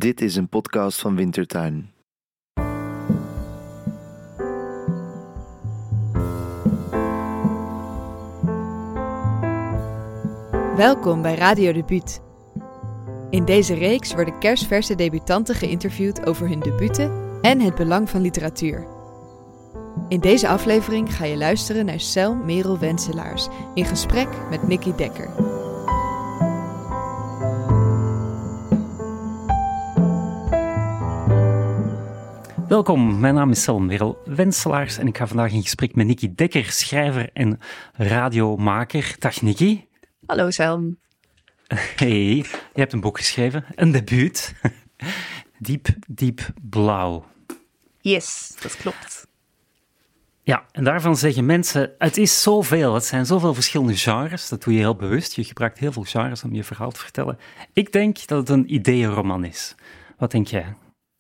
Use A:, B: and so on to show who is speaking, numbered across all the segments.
A: Dit is een podcast van Wintertuin.
B: Welkom bij Radio Debuut. In deze reeks worden kersverse debutanten geïnterviewd over hun debuten en het belang van literatuur. In deze aflevering ga je luisteren naar Cel Merel Wenselaars in gesprek met Nikki Dekker.
C: Welkom, mijn naam is Cel Merel Wenselaars en ik ga vandaag in gesprek met Nikki Dekker, schrijver en radiomaker. Dag Nikki.
B: Hallo Selm.
C: Hey, je hebt een boek geschreven, een debuut. Diep blauw.
B: Yes, dat klopt.
C: Ja, en daarvan zeggen mensen, het is zoveel, het zijn zoveel verschillende genres, dat doe je heel bewust, je gebruikt heel veel genres om je verhaal te vertellen. Ik denk dat het een ideeënroman is. Wat denk jij?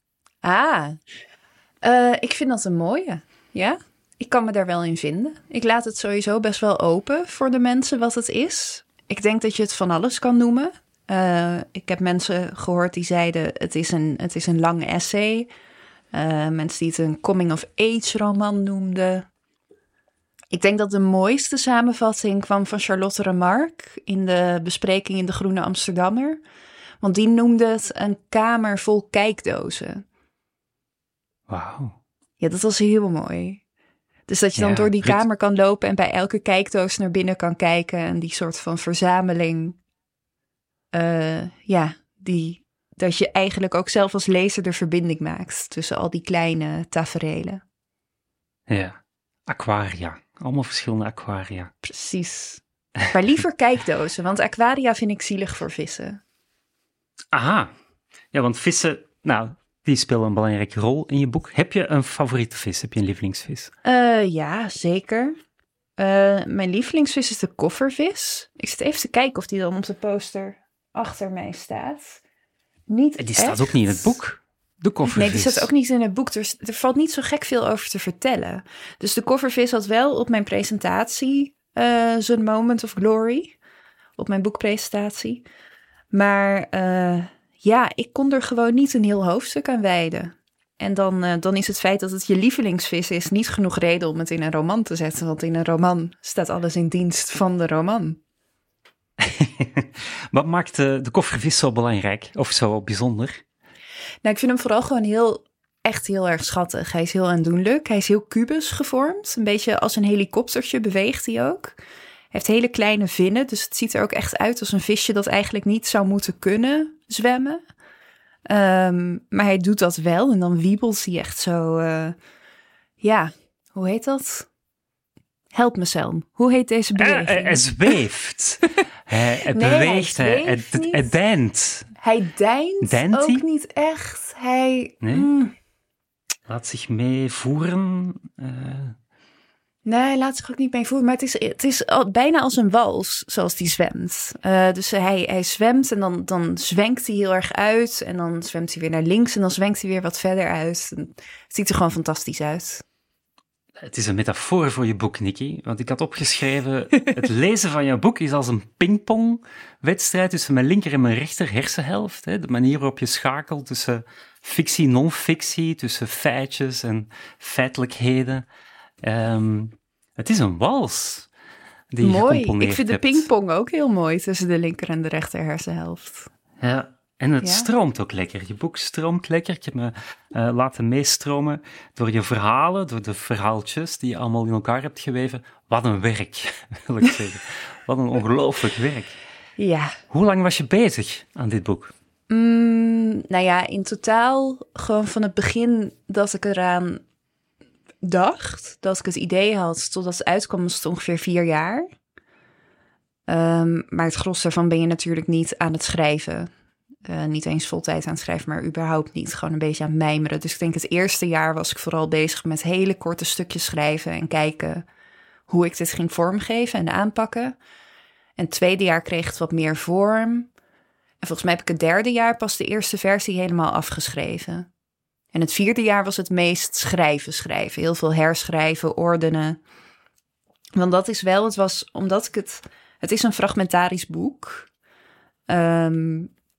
D: Ik vind dat een mooie, ja. Ik kan me daar wel in vinden. Ik laat het sowieso best wel open voor de mensen wat het is. Ik denk dat je het van alles kan noemen. Ik heb mensen gehoord die zeiden, het is een lang essay. Mensen die het een coming-of-age roman noemden. Ik denk dat de mooiste samenvatting kwam van Charlotte Remarque in de bespreking in De Groene Amsterdammer. Want die noemde het een kamer vol kijkdozen.
C: Wauw.
D: Ja, dat was heel mooi. Dus dat je dan door die kamer kan lopen en bij elke kijkdoos naar binnen kan kijken. En die soort van verzameling, dat je eigenlijk ook zelf als lezer de verbinding maakt tussen al die kleine taferelen.
C: Ja, aquaria. Allemaal verschillende aquaria.
D: Precies. Maar liever kijkdozen, want aquaria vind ik zielig voor vissen.
C: Aha. Ja, want vissen, die spelen een belangrijke rol in je boek. Heb je een favoriete vis? Heb je een lievelingsvis?
D: Ja, zeker. Mijn lievelingsvis is de koffervis. Ik zit even te kijken of die dan op de poster achter mij staat. Die
C: staat ook niet in het boek, de koffervis.
D: Nee, die staat ook niet in het boek. Er valt niet zo gek veel over te vertellen. Dus de koffervis had wel op mijn presentatie zijn moment of glory. Op mijn boekpresentatie. Maar ik kon er gewoon niet een heel hoofdstuk aan wijden. En dan is het feit dat het je lievelingsvis is niet genoeg reden om het in een roman te zetten. Want in een roman staat alles in dienst van de roman.
C: Wat maakt de koffervis zo belangrijk of zo bijzonder?
D: Nou, ik vind hem vooral gewoon echt heel erg schattig. Hij is heel aandoenlijk. Hij is heel kubus gevormd. Een beetje als een helikoptertje beweegt hij ook. Hij heeft hele kleine vinnen, dus het ziet er ook echt uit als een visje dat eigenlijk niet zou moeten kunnen zwemmen. Maar hij doet dat wel en dan wiebelt hij echt zo, hoe heet dat? Help me, Selm. Hoe heet deze beweging?
C: Hij zweeft. Hij beweegt. Hij deint.
D: Hij deint ook niet echt.
C: Laat zich meevoeren.
D: Nee, hij laat zich ook niet mee voeren. Maar het is bijna als een wals, zoals hij zwemt. Dus hij zwemt en dan zwenkt hij heel erg uit. En dan zwemt hij weer naar links en dan zwenkt hij weer wat verder uit. En het ziet er gewoon fantastisch uit.
C: Het is een metafoor voor je boek, Nikki. Want ik had opgeschreven, het lezen van jouw boek is als een pingpongwedstrijd tussen mijn linker en mijn rechter hersenhelft. Hè? De manier waarop je schakelt tussen fictie, non-fictie, tussen feitjes en feitelijkheden. Het is een wals die je gecomponeerd hebt.
D: Ik vind de pingpong ook heel mooi tussen de linker en de rechter hersenhelft.
C: Ja, en het stroomt ook lekker. Je boek stroomt lekker. Ik heb me laten meestromen door je verhalen, door de verhaaltjes die je allemaal in elkaar hebt geweven. Wat een werk, wil ik zeggen. Wat een ongelooflijk werk.
D: Ja.
C: Hoe lang was je bezig aan dit boek?
D: In totaal gewoon van het begin dat ik eraan dacht, dat ik het idee had, totdat het uitkwam, was het ongeveer 4 jaar. Maar het gros daarvan ben je natuurlijk niet aan het schrijven. Niet eens voltijd aan het schrijven, maar überhaupt niet. Gewoon een beetje aan het mijmeren. Dus ik denk het eerste jaar was ik vooral bezig met hele korte stukjes schrijven en kijken hoe ik dit ging vormgeven en aanpakken. En het tweede jaar kreeg het wat meer vorm. En volgens mij heb ik het derde jaar pas de eerste versie helemaal afgeschreven. En het vierde jaar was het meest schrijven. Heel veel herschrijven, ordenen. Want dat is wel, omdat ik het is een fragmentarisch boek.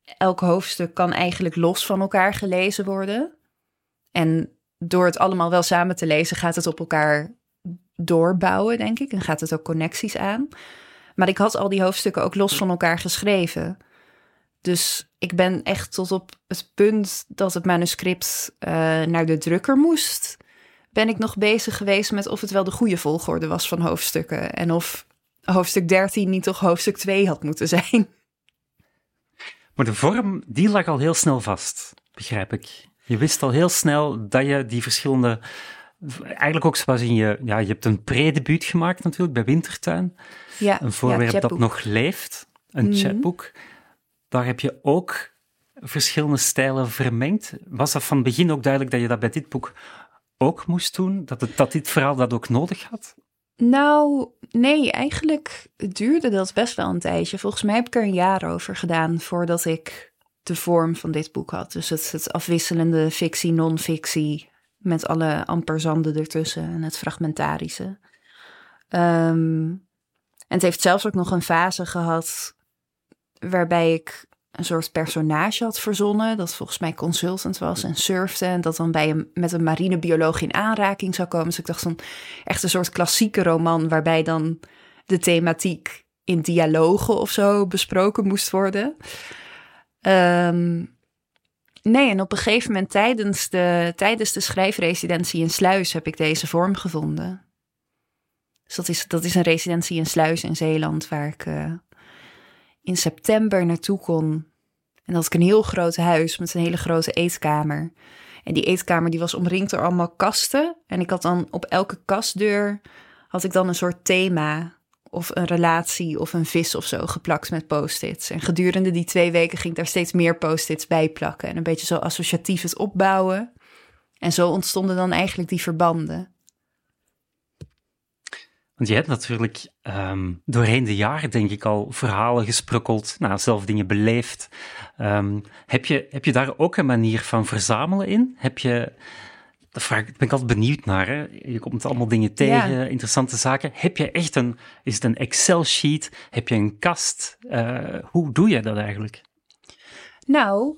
D: elk hoofdstuk kan eigenlijk los van elkaar gelezen worden. En door het allemaal wel samen te lezen gaat het op elkaar doorbouwen, denk ik. En gaat het ook connecties aan. Maar ik had al die hoofdstukken ook los van elkaar geschreven. Dus ik ben echt tot op het punt dat het manuscript naar de drukker moest, ben ik nog bezig geweest met of het wel de goede volgorde was van hoofdstukken. En of hoofdstuk 13 niet toch hoofdstuk 2 had moeten zijn.
C: Maar de vorm, die lag al heel snel vast, begrijp ik. Je wist al heel snel dat je die verschillende... Eigenlijk ook zoals je hebt een pre-debuut gemaakt natuurlijk bij Wintertuin.
D: Ja,
C: een voorwerp dat
D: chapbook.
C: nog leeft, een chapbook. Daar heb je ook verschillende stijlen vermengd. Was dat van het begin ook duidelijk dat je dat bij dit boek ook moest doen? Dat dit verhaal dat ook nodig had?
D: Nou, nee, eigenlijk duurde dat best wel een tijdje. Volgens mij heb ik er een jaar over gedaan voordat ik de vorm van dit boek had. Dus het afwisselende fictie, non-fictie, met alle amperzanden ertussen en het fragmentarische. En het heeft zelfs ook nog een fase gehad waarbij ik een soort personage had verzonnen, dat volgens mij consultant was en surfte en dat dan met een marinebioloog in aanraking zou komen. Dus ik dacht van echt een soort klassieke roman waarbij dan de thematiek in dialogen of zo besproken moest worden. Nee, en op een gegeven moment tijdens de schrijfresidentie in Sluis heb ik deze vorm gevonden. Dus dat is een residentie in Sluis in Zeeland waar ik in september naartoe kon. En dat had ik een heel groot huis met een hele grote eetkamer. En die eetkamer die was omringd door allemaal kasten. En ik had dan op elke kastdeur had ik dan een soort thema of een relatie of een vis of zo geplakt met post-its. En gedurende die 2 weken ging ik daar steeds meer post-its bij plakken. En een beetje zo associatief het opbouwen. En zo ontstonden dan eigenlijk die verbanden.
C: Want je hebt natuurlijk doorheen de jaren, denk ik, al verhalen gesprokkeld, zelf dingen beleefd. Heb je daar ook een manier van verzamelen in? Daar ben ik altijd benieuwd naar. Hè? Je komt allemaal dingen tegen, interessante zaken. Heb je echt is het een Excel-sheet? Heb je een kast? Hoe doe je dat eigenlijk?
D: Nou,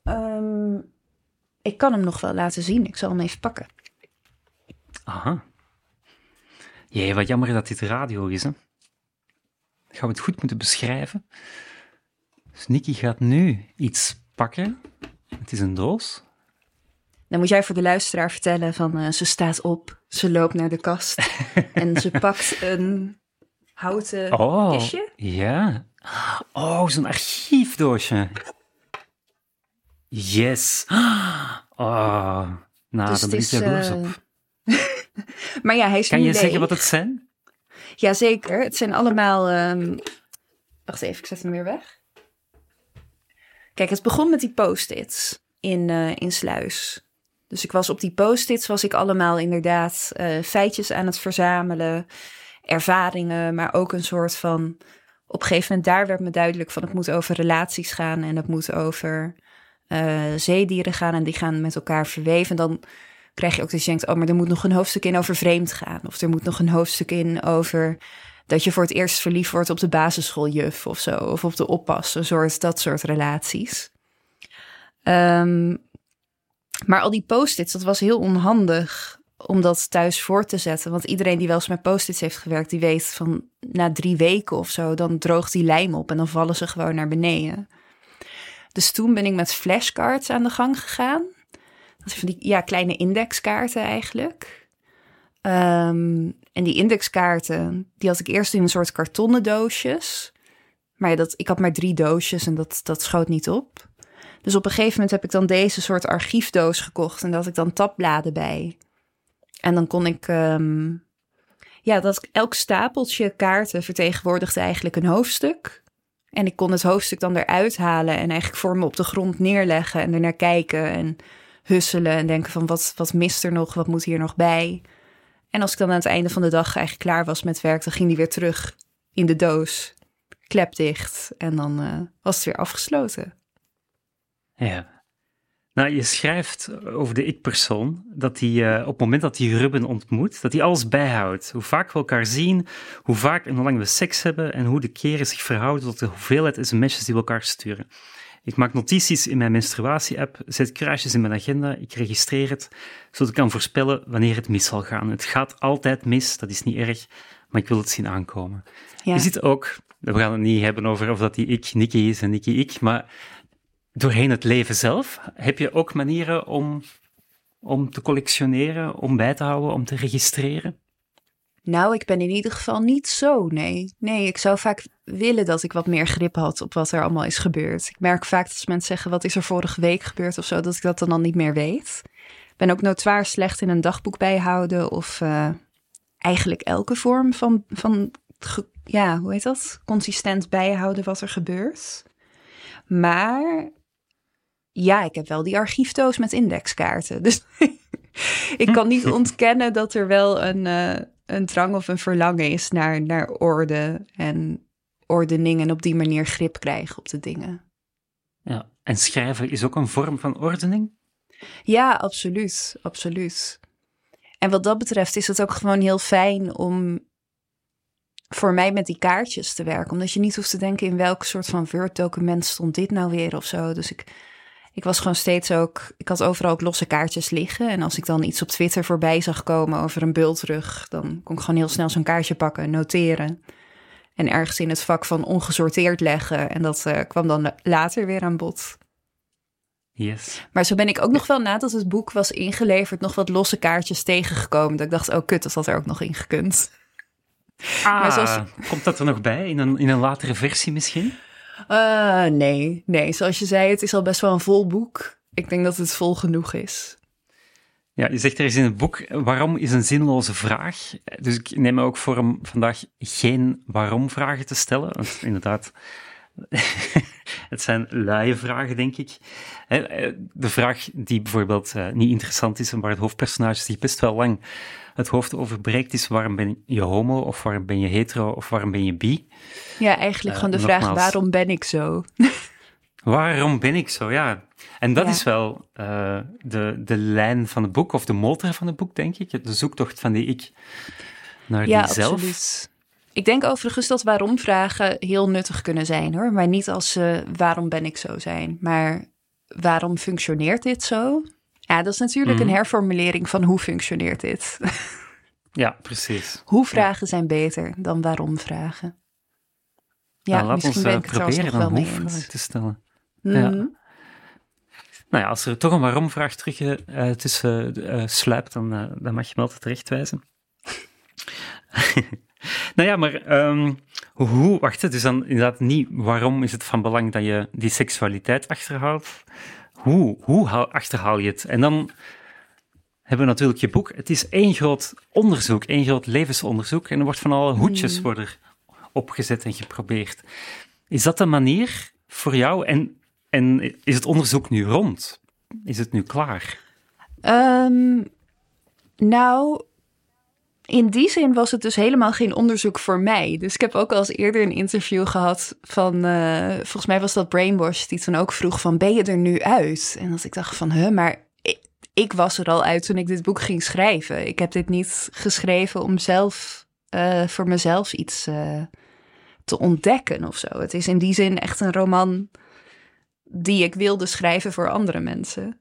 D: ik kan hem nog wel laten zien. Ik zal hem even pakken.
C: Aha. Jee, wat jammer dat dit radio is, hè. Gaan we het goed moeten beschrijven. Dus Nikki gaat nu iets pakken. Het is een doos.
D: Dan moet jij voor de luisteraar vertellen van ze staat op, ze loopt naar de kast en ze pakt een houten kistje.
C: Ja. Oh, zo'n archiefdoosje. Yes. Oh,
D: Dus
C: daar ben ik jaloers op.
D: Maar ja, hij is
C: Kan
D: nu
C: je
D: leeg.
C: zeggen wat het zijn?
D: Jazeker, het zijn allemaal... Wacht even, ik zet hem weer weg. Kijk, het begon met die post-its in Sluis. Dus ik was op die post-its allemaal inderdaad feitjes aan het verzamelen, ervaringen, maar ook een soort van... Op een gegeven moment daar werd me duidelijk van het moet over relaties gaan en het moet over zeedieren gaan en die gaan met elkaar verweven. En dan krijg je ook dat je denkt, maar er moet nog een hoofdstuk in over vreemd gaan. Of er moet nog een hoofdstuk in over dat je voor het eerst verliefd wordt op de basisschooljuf of zo. Of op de oppas, dat soort relaties. Maar al die post-its, dat was heel onhandig om dat thuis voor te zetten. Want iedereen die wel eens met post-its heeft gewerkt, die weet van na 3 weken of zo, dan droogt die lijm op en dan vallen ze gewoon naar beneden. Dus toen ben ik met flashcards aan de gang gegaan. Dat zijn van die kleine indexkaarten eigenlijk. En die indexkaarten, die had ik eerst in een soort kartonnen doosjes. Maar ik had maar 3 doosjes en dat schoot niet op. Dus op een gegeven moment heb ik dan deze soort archiefdoos gekocht. En daar had ik dan tabbladen bij. En dan kon ik... elk stapeltje kaarten vertegenwoordigde eigenlijk een hoofdstuk. En ik kon het hoofdstuk dan eruit halen en eigenlijk voor me op de grond neerleggen en ernaar kijken en husselen en denken van wat mist er nog, wat moet hier nog bij. En als ik dan aan het einde van de dag eigenlijk klaar was met werk, dan ging die weer terug in de doos, klep dicht en dan was het weer afgesloten.
C: Ja. Nou, je schrijft over de ik-persoon dat hij op het moment dat hij Ruben ontmoet, dat hij alles bijhoudt. Hoe vaak we elkaar zien, hoe vaak en hoe lang we seks hebben en hoe de keren zich verhouden tot de hoeveelheid sms'jes die we elkaar sturen. Ik maak notities in mijn menstruatie-app, zet kruisjes in mijn agenda, ik registreer het, zodat ik kan voorspellen wanneer het mis zal gaan. Het gaat altijd mis, dat is niet erg, maar ik wil het zien aankomen.
D: Ja.
C: Je ziet ook, we gaan het niet hebben over of dat die ik Nicky is en Nicky ik, maar doorheen het leven zelf heb je ook manieren om te collectioneren, om bij te houden, om te registreren?
D: Nou, ik ben in ieder geval niet zo, nee. Nee, ik zou vaak willen dat ik wat meer grip had op wat er allemaal is gebeurd. Ik merk vaak dat als mensen zeggen, wat is er vorige week gebeurd of zo, dat ik dat dan niet meer weet. Ik ben ook notoir slecht in een dagboek bijhouden of eigenlijk elke vorm van hoe heet dat? Consistent bijhouden wat er gebeurt. Maar ja, ik heb wel die archiefdoos met indexkaarten. Dus ik kan niet ontkennen dat er wel een drang of een verlangen is naar orde en ordening en op die manier grip krijgen op de dingen.
C: Ja, en schrijven is ook een vorm van ordening?
D: Ja, absoluut, absoluut. En wat dat betreft is het ook gewoon heel fijn om voor mij met die kaartjes te werken. Omdat je niet hoeft te denken in welk soort van Word-document stond dit nou weer of zo. Dus ik was gewoon steeds ook, ik had overal ook losse kaartjes liggen. En als ik dan iets op Twitter voorbij zag komen over een bultrug, dan kon ik gewoon heel snel zo'n kaartje pakken, noteren. En ergens in het vak van ongesorteerd leggen. En dat kwam dan later weer aan bod.
C: Yes.
D: Maar zo ben ik ook nog wel, nadat het boek was ingeleverd, nog wat losse kaartjes tegengekomen. Dat ik dacht, oh kut, dat had er ook nog in gekund.
C: Maar komt dat er nog bij, in een latere versie misschien?
D: Nee, zoals je zei, het is al best wel een vol boek. Ik denk dat het vol genoeg is.
C: Ja, je zegt er eens in het boek, waarom is een zinloze vraag? Dus ik neem me ook voor om vandaag geen waarom-vragen te stellen. Want inderdaad, het zijn luie vragen, denk ik. De vraag die bijvoorbeeld niet interessant is en waar het hoofdpersonage zich best wel lang het hoofd over breekt, is waarom ben je homo, of waarom ben je hetero, of waarom ben je bi?
D: Ja, eigenlijk gewoon de vraag, waarom ben ik zo?
C: Waarom ben ik zo, ja. En dat is wel de lijn van het boek, of de motor van het boek, denk ik. De zoektocht van die ik naar die zelf. Ja,
D: absoluut. Ik denk overigens dat waarom-vragen heel nuttig kunnen zijn, hoor. Maar niet als waarom ben ik zo zijn. Maar waarom functioneert dit zo? Ja, dat is natuurlijk een herformulering van hoe functioneert dit.
C: Ja, precies.
D: Hoe vragen zijn beter dan waarom vragen. Ja,
C: laat
D: misschien
C: ons
D: ben ik het
C: proberen
D: wel
C: een
D: mee
C: hoe-vraag te stellen.
D: Mm-hmm.
C: Ja. Nou ja, als er toch een waarom-vraag terug tussen sluipt, dan mag je me altijd terechtwijzen. Nou ja, maar wacht, het is dan inderdaad niet waarom is het van belang dat je die seksualiteit achterhaalt. Hoe achterhaal je het? En dan hebben we natuurlijk je boek. Het is één groot onderzoek, één groot levensonderzoek. En er wordt van alle hoedjes worden opgezet en geprobeerd. Is dat de manier voor jou? En is het onderzoek nu rond? Is het nu klaar?
D: Nou, in die zin was het dus helemaal geen onderzoek voor mij. Dus ik heb ook al eens eerder een interview gehad van, volgens mij was dat Brainwash, die toen ook vroeg van, ben je er nu uit? En dat ik dacht van, maar ik was er al uit toen ik dit boek ging schrijven. Ik heb dit niet geschreven om zelf, voor mezelf iets te ontdekken of zo. Het is in die zin echt een roman die ik wilde schrijven voor andere mensen.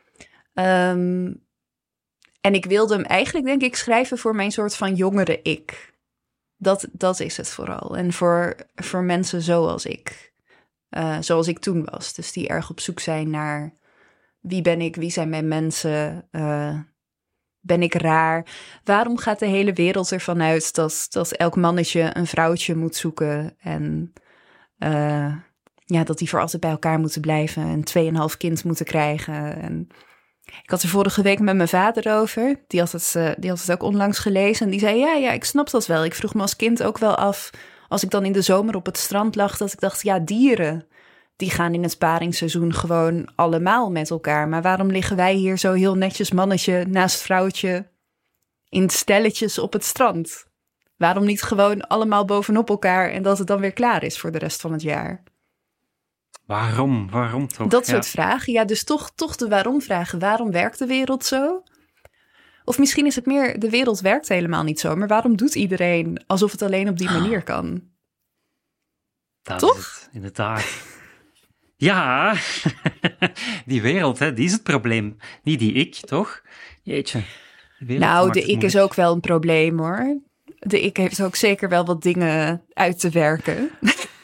D: En ik wilde hem eigenlijk, denk ik, schrijven voor mijn soort van jongere ik. Dat is het vooral. En voor mensen zoals ik. Zoals ik toen was. Dus die erg op zoek zijn naar wie ben ik, wie zijn mijn mensen, ben ik raar? Waarom gaat de hele wereld ervan uit dat elk mannetje een vrouwtje moet zoeken en dat die voor altijd bij elkaar moeten blijven en 2,5 kind moeten krijgen? En ik had er vorige week met mijn vader over. Die had het ook onlangs gelezen. En die zei, ja, ik snap dat wel. Ik vroeg me als kind ook wel af, als ik dan in de zomer op het strand lag, dat ik dacht, ja, dieren, die gaan in het paringsseizoen gewoon allemaal met elkaar. Maar waarom liggen wij hier zo heel netjes mannetje naast vrouwtje in stelletjes op het strand? Waarom niet gewoon allemaal bovenop elkaar en dat het dan weer klaar is voor de rest van het jaar?
C: Waarom toch?
D: Dat soort vragen. Ja, dus toch de waarom vragen. Waarom werkt de wereld zo? Of misschien is het meer, de wereld werkt helemaal niet zo. Maar waarom doet iedereen alsof het alleen op die manier kan?
C: Dat
D: toch?
C: Is het, inderdaad. Ja, die wereld, hè, die is het probleem. Niet die ik, toch? Jeetje.
D: Nou, de ik is ook wel een probleem, hoor. De ik heeft ook zeker wel wat dingen uit te werken.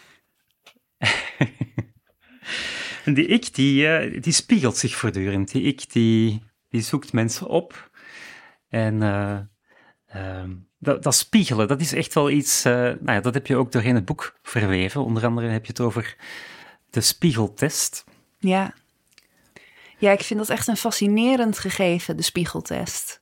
C: En die ik, die spiegelt zich voortdurend. Die ik, die zoekt mensen op. En dat spiegelen, dat is echt wel iets... dat heb je ook doorheen het boek verweven. Onder andere heb je het over de spiegeltest.
D: Ja. Ja, ik vind dat echt een fascinerend gegeven, de spiegeltest.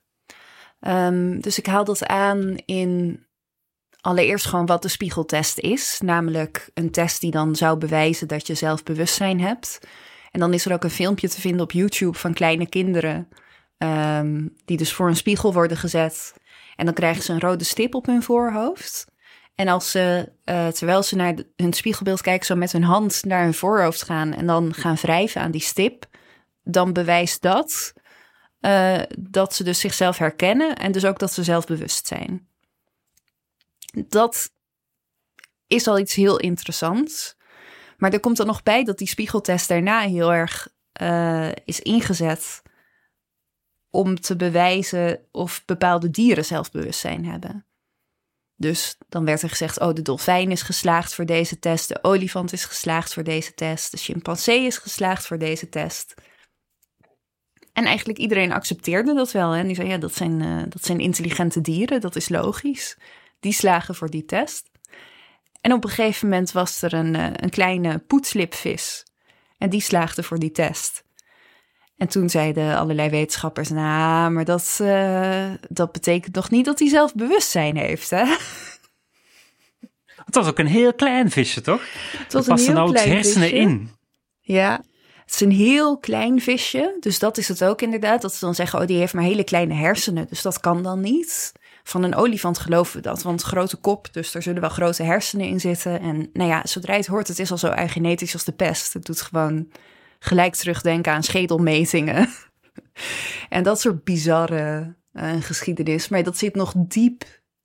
D: Dus ik haal dat aan in allereerst gewoon wat de spiegeltest is. Namelijk een test die dan zou bewijzen dat je zelfbewustzijn hebt. En dan is er ook een filmpje te vinden op YouTube van kleine kinderen... die dus voor een spiegel worden gezet. En dan krijgen ze een rode stip op hun voorhoofd. En als ze, terwijl ze naar hun spiegelbeeld kijken... zo met hun hand naar hun voorhoofd gaan... en dan gaan wrijven aan die stip... dan bewijst dat ze dus zichzelf herkennen... en dus ook dat ze zelfbewust zijn. Dat is al iets heel interessants. Maar er komt dan nog bij dat die spiegeltest daarna heel erg is ingezet... om te bewijzen of bepaalde dieren zelfbewustzijn hebben. Dus dan werd er gezegd, de dolfijn is geslaagd voor deze test... de olifant is geslaagd voor deze test... de chimpansee is geslaagd voor deze test... En eigenlijk iedereen accepteerde dat wel. Hè? En die zei, ja, dat zijn intelligente dieren, dat is logisch. Die slagen voor die test. En op een gegeven moment was er een kleine poetslipvis. En die slaagde voor die test. En toen zeiden allerlei wetenschappers... nou, maar dat betekent nog niet dat hij zelfbewustzijn heeft, hè?
C: Het was ook een heel klein visje, toch?
D: Het was
C: er passen nauwelijks hersenen
D: visje.
C: in.
D: Ja, het is een heel klein visje. Dus dat is het ook inderdaad. Dat ze dan zeggen, die heeft maar hele kleine hersenen. Dus dat kan dan niet. Van een olifant geloven we dat. Want grote kop, dus er zullen wel grote hersenen in zitten. En nou ja, zodra je het hoort, het is al zo eugenetisch als de pest. Het doet gewoon gelijk terugdenken aan schedelmetingen. En dat soort bizarre geschiedenis. Maar dat zit nog diep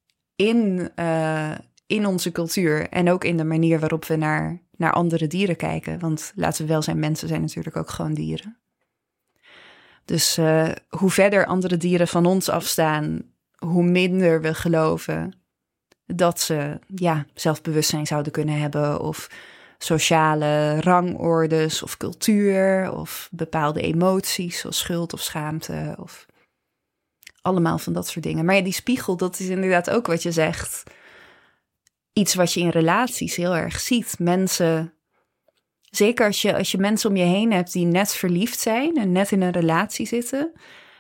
D: in onze cultuur. En ook in de manier waarop we naar andere dieren kijken. Want laten we wel zijn, mensen zijn natuurlijk ook gewoon dieren. Dus hoe verder andere dieren van ons afstaan, hoe minder we geloven dat ze zelfbewustzijn zouden kunnen hebben. Of sociale rangordes of cultuur of bepaalde emoties zoals schuld of schaamte. Of allemaal van dat soort dingen. Maar ja, die spiegel, dat is inderdaad ook wat je zegt. Iets wat je in relaties heel erg ziet. Mensen, zeker als je mensen om je heen hebt die net verliefd zijn en net in een relatie zitten,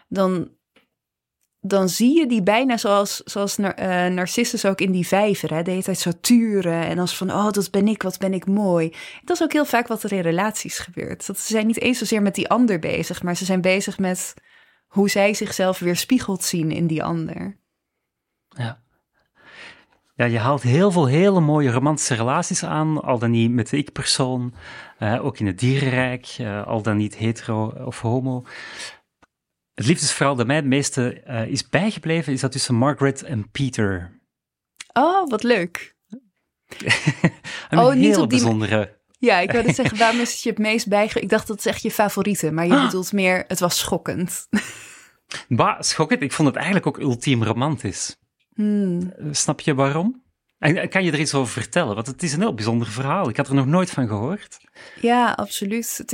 D: dan zie je die bijna zoals Narcissus ook in die vijver. Hè? De hele tijd zo turen en als van, dat ben ik, wat ben ik mooi. Dat is ook heel vaak wat er in relaties gebeurt. Dat ze zijn niet eens zozeer met die ander bezig, maar ze zijn bezig met hoe zij zichzelf weerspiegeld zien in die ander.
C: Ja. Ja, je haalt heel veel hele mooie romantische relaties aan, al dan niet met de ik-persoon, ook in het dierenrijk, al dan niet hetero of homo. Het liefdesverhaal dat mij het meeste is bijgebleven, is dat tussen Margaret en Peter.
D: Oh, wat leuk.
C: Een
D: niet
C: hele
D: op die
C: bijzondere...
D: Ja, ik wilde zeggen, waarom is het je het meest bijgebleven? Ik dacht, dat is echt je favoriete, maar je bedoelt meer, het was schokkend.
C: Schokkend. Ik vond het eigenlijk ook ultiem romantisch. Snap je waarom? En kan je er iets over vertellen? Want het is een heel bijzonder verhaal. Ik had er nog nooit van gehoord.
D: Ja, absoluut. Het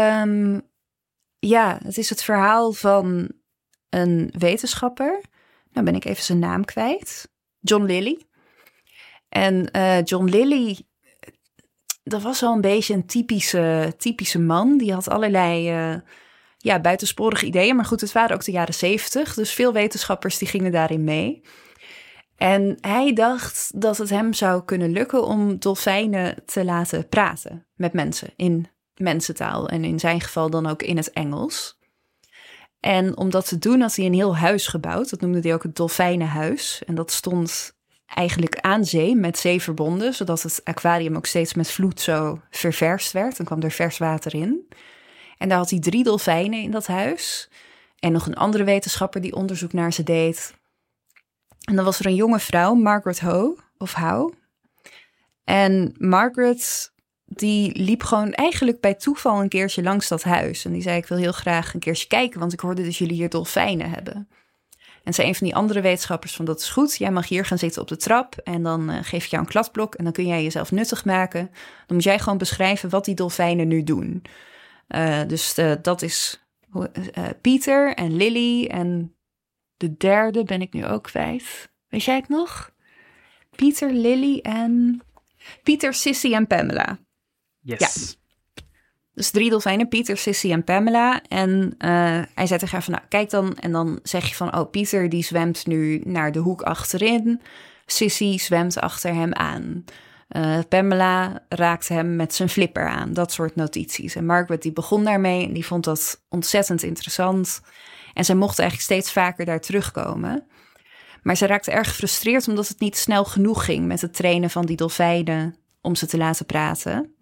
D: is het verhaal van een wetenschapper. Nou ben ik even zijn naam kwijt. John Lilly. En John Lilly, dat was al een beetje een typische man. Die had allerlei buitensporige ideeën. Maar goed, het waren ook de jaren 70. Dus veel wetenschappers die gingen daarin mee. En hij dacht dat het hem zou kunnen lukken om dolfijnen te laten praten met mensen in mensentaal. En in zijn geval dan ook in het Engels. En om dat te doen had hij een heel huis gebouwd. Dat noemde hij ook het dolfijnenhuis. En dat stond eigenlijk aan zee met zee verbonden, zodat het aquarium ook steeds met vloed zo ververst werd. Dan kwam er vers water in. En daar had hij 3 dolfijnen in dat huis. En nog een andere wetenschapper die onderzoek naar ze deed. En dan was er een jonge vrouw, Margaret Howe. En Margaret, die liep gewoon eigenlijk bij toeval een keertje langs dat huis. En die zei, ik wil heel graag een keertje kijken, want ik hoorde dat jullie hier dolfijnen hebben. En zei een van die andere wetenschappers van, dat is goed, jij mag hier gaan zitten op de trap en dan geef ik jou een kladblok en dan kun jij jezelf nuttig maken. Dan moet jij gewoon beschrijven wat die dolfijnen nu doen. Dus dat is Pieter en Lily en de derde ben ik nu ook kwijt. Weet jij het nog? Pieter, Lily en... Pieter, Sissy en Pamela.
C: Yes.
D: Ja. Dus 3 dolfijnen, Pieter, Sissy en Pamela. En hij zei tegen haar van, nou, kijk dan. En dan zeg je van, oh, Pieter die zwemt nu naar de hoek achterin. Sissy zwemt achter hem aan. Pamela raakt hem met zijn flipper aan. Dat soort notities. En Margaret die begon daarmee en die vond dat ontzettend interessant. En zij mocht eigenlijk steeds vaker daar terugkomen. Maar ze raakte erg gefrustreerd omdat het niet snel genoeg ging met het trainen van die dolfijnen om ze te laten praten.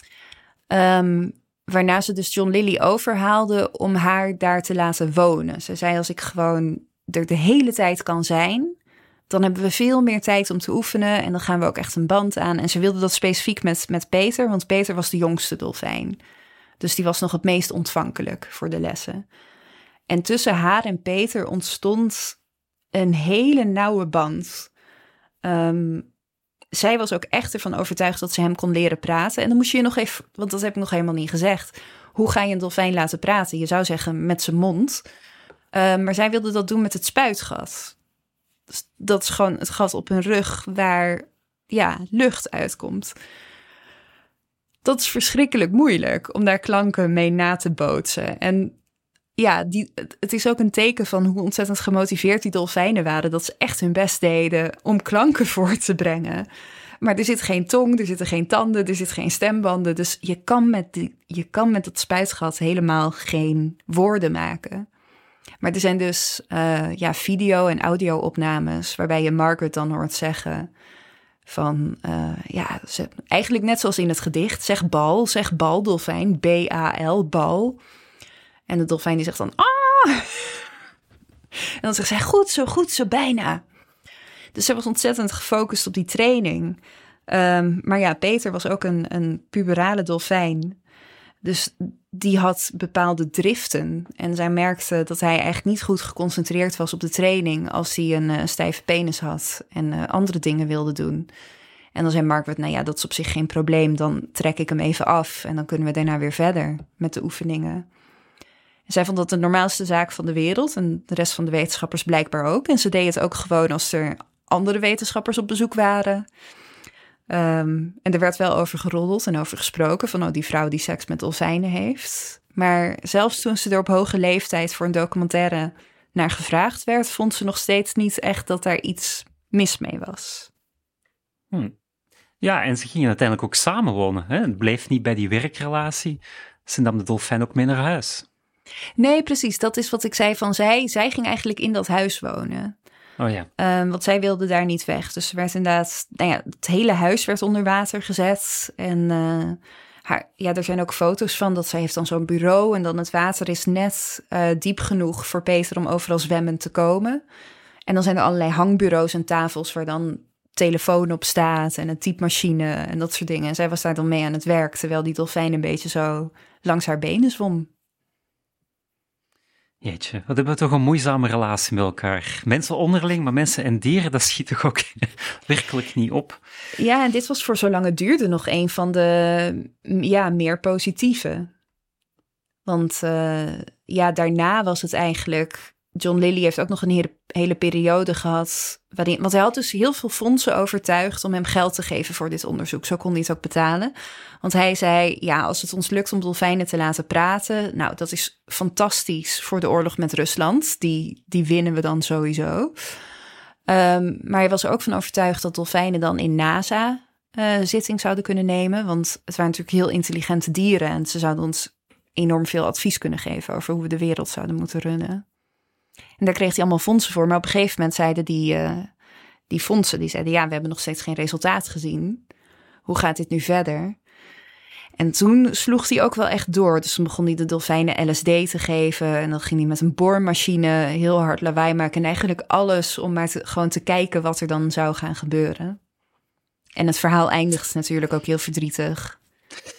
D: Waarna ze dus John Lilly overhaalde om haar daar te laten wonen. Ze zei, als ik gewoon er de hele tijd kan zijn, dan hebben we veel meer tijd om te oefenen en dan gaan we ook echt een band aan. En ze wilde dat specifiek met Peter, want Peter was de jongste dolfijn. Dus die was nog het meest ontvankelijk voor de lessen. En tussen haar en Peter ontstond een hele nauwe band. Zij was ook echt ervan overtuigd dat ze hem kon leren praten. En dan moest je nog even, want dat heb ik nog helemaal niet gezegd. Hoe ga je een dolfijn laten praten? Je zou zeggen met zijn mond. Maar zij wilde dat doen met het spuitgat. Dus dat is gewoon het gat op hun rug waar lucht uitkomt. Dat is verschrikkelijk moeilijk om daar klanken mee na te bootsen. En ja, het is ook een teken van hoe ontzettend gemotiveerd die dolfijnen waren. Dat ze echt hun best deden om klanken voor te brengen. Maar er zit geen tong, er zitten geen tanden, er zit geen stembanden. Dus je kan met dat spuitgat helemaal geen woorden maken. Maar er zijn dus video- en audio-opnames waarbij je Margaret dan hoort zeggen van, eigenlijk net zoals in het gedicht, zeg bal, dolfijn, B-A-L, bal. En de dolfijn die zegt dan, ah! En dan zegt zij, goed zo, bijna. Dus ze was ontzettend gefocust op die training. Maar ja, Peter was ook een puberale dolfijn. Dus die had bepaalde driften. En zij merkte dat hij eigenlijk niet goed geconcentreerd was op de training als hij een stijve penis had en andere dingen wilde doen. En dan zei Margaret, nou ja, dat is op zich geen probleem. Dan trek ik hem even af en dan kunnen we daarna weer verder met de oefeningen. En zij vond dat de normaalste zaak van de wereld en de rest van de wetenschappers blijkbaar ook. En ze deed het ook gewoon als er andere wetenschappers op bezoek waren. En er werd wel over geroddeld en over gesproken van die vrouw die seks met dolfijnen heeft. Maar zelfs toen ze er op hoge leeftijd voor een documentaire naar gevraagd werd, vond ze nog steeds niet echt dat daar iets mis mee was.
C: Ja, en ze gingen uiteindelijk ook samenwonen. Hè? Het bleef niet bij die werkrelatie. Ze nam de dolfijn ook mee naar huis.
D: Nee, precies. Dat is wat ik zei van zij ging eigenlijk in dat huis wonen.
C: Oh ja.
D: Want zij wilde daar niet weg. Dus er werd inderdaad, het hele huis werd onder water gezet. En er zijn ook foto's van dat zij heeft dan zo'n bureau. En dan het water is net diep genoeg voor Peter om overal zwemmend te komen. En dan zijn er allerlei hangbureaus en tafels waar dan telefoon op staat en een typemachine en dat soort dingen. En zij was daar dan mee aan het werk, terwijl die dolfijn een beetje zo langs haar benen zwom.
C: Jeetje, wat hebben we toch een moeizame relatie met elkaar. Mensen onderling, maar mensen en dieren, dat schiet toch ook werkelijk niet op.
D: Ja, en dit was voor zolang het duurde nog een van de meer positieve. Want daarna was het eigenlijk... John Lilly heeft ook nog een hele periode gehad want hij had dus heel veel fondsen overtuigd om hem geld te geven voor dit onderzoek. Zo kon hij het ook betalen. Want hij zei, als het ons lukt om dolfijnen te laten praten, nou, dat is fantastisch voor de oorlog met Rusland. Die winnen we dan sowieso. Maar hij was er ook van overtuigd dat dolfijnen dan in NASA zitting zouden kunnen nemen. Want het waren natuurlijk heel intelligente dieren en ze zouden ons enorm veel advies kunnen geven over hoe we de wereld zouden moeten runnen. En daar kreeg hij allemaal fondsen voor. Maar op een gegeven moment zeiden die fondsen, die zeiden, we hebben nog steeds geen resultaat gezien. Hoe gaat dit nu verder? En toen sloeg hij ook wel echt door. Dus toen begon hij de dolfijnen LSD te geven. En dan ging hij met een boormachine heel hard lawaai maken. En eigenlijk alles om maar gewoon te kijken wat er dan zou gaan gebeuren. En het verhaal eindigt natuurlijk ook heel verdrietig.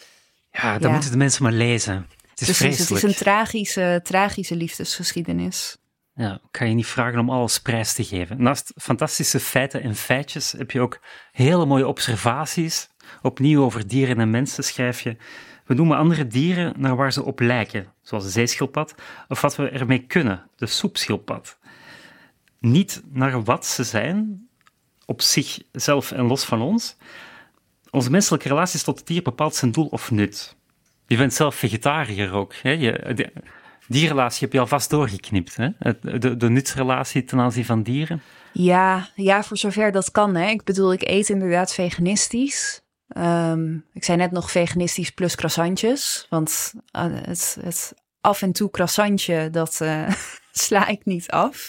C: Ja, dan moeten de mensen maar lezen. Het is vreselijk.
D: Het is een tragische liefdesgeschiedenis.
C: Ja, ik ga je niet vragen om alles prijs te geven. Naast fantastische feiten en feitjes heb je ook hele mooie observaties. Opnieuw over dieren en mensen schrijf je. We noemen andere dieren naar waar ze op lijken, zoals de zeeschildpad, of wat we ermee kunnen, de soepschildpad. Niet naar wat ze zijn, op zichzelf en los van ons. Onze menselijke relaties tot het dier bepaalt zijn doel of nut. Je bent zelf vegetariër ook. Hè? Die relatie heb je alvast doorgeknipt. Hè? De nutsrelatie ten aanzien van dieren.
D: Ja, voor zover dat kan. Hè. Ik bedoel, ik eet inderdaad veganistisch. Ik zei net nog veganistisch plus croissantjes. Want het af en toe croissantje, dat sla ik niet af.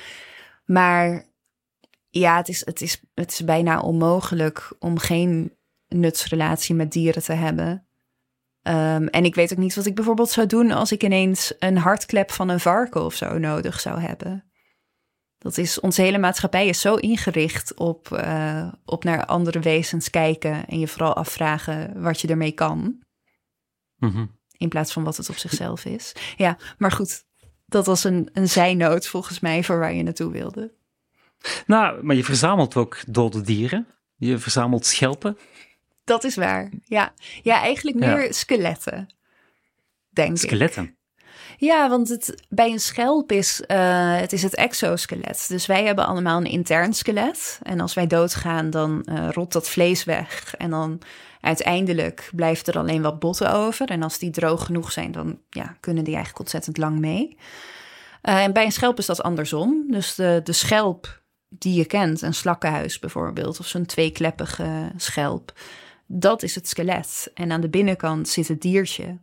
D: Maar ja, het is bijna onmogelijk om geen nutsrelatie met dieren te hebben. En ik weet ook niet wat ik bijvoorbeeld zou doen als ik ineens een hartklep van een varken of zo nodig zou hebben. Onze hele maatschappij is zo ingericht op naar andere wezens kijken en je vooral afvragen wat je ermee kan.
C: Mm-hmm.
D: In plaats van wat het op zichzelf is. Ja, maar goed, dat was een zijnoot volgens mij voor waar je naartoe wilde.
C: Nou, maar je verzamelt ook dode dieren. Je verzamelt schelpen.
D: Dat is waar, ja. Ja, eigenlijk meer skeletten, denk ik.
C: Skeletten?
D: Ja, want bij een schelp is het exoskelet. Dus wij hebben allemaal een intern skelet. En als wij doodgaan, dan rot dat vlees weg. En dan uiteindelijk blijft er alleen wat botten over. En als die droog genoeg zijn, dan kunnen die eigenlijk ontzettend lang mee. En bij een schelp is dat andersom. Dus de schelp die je kent, een slakkenhuis bijvoorbeeld, of zo'n tweekleppige schelp, dat is het skelet. En aan de binnenkant zit het diertje.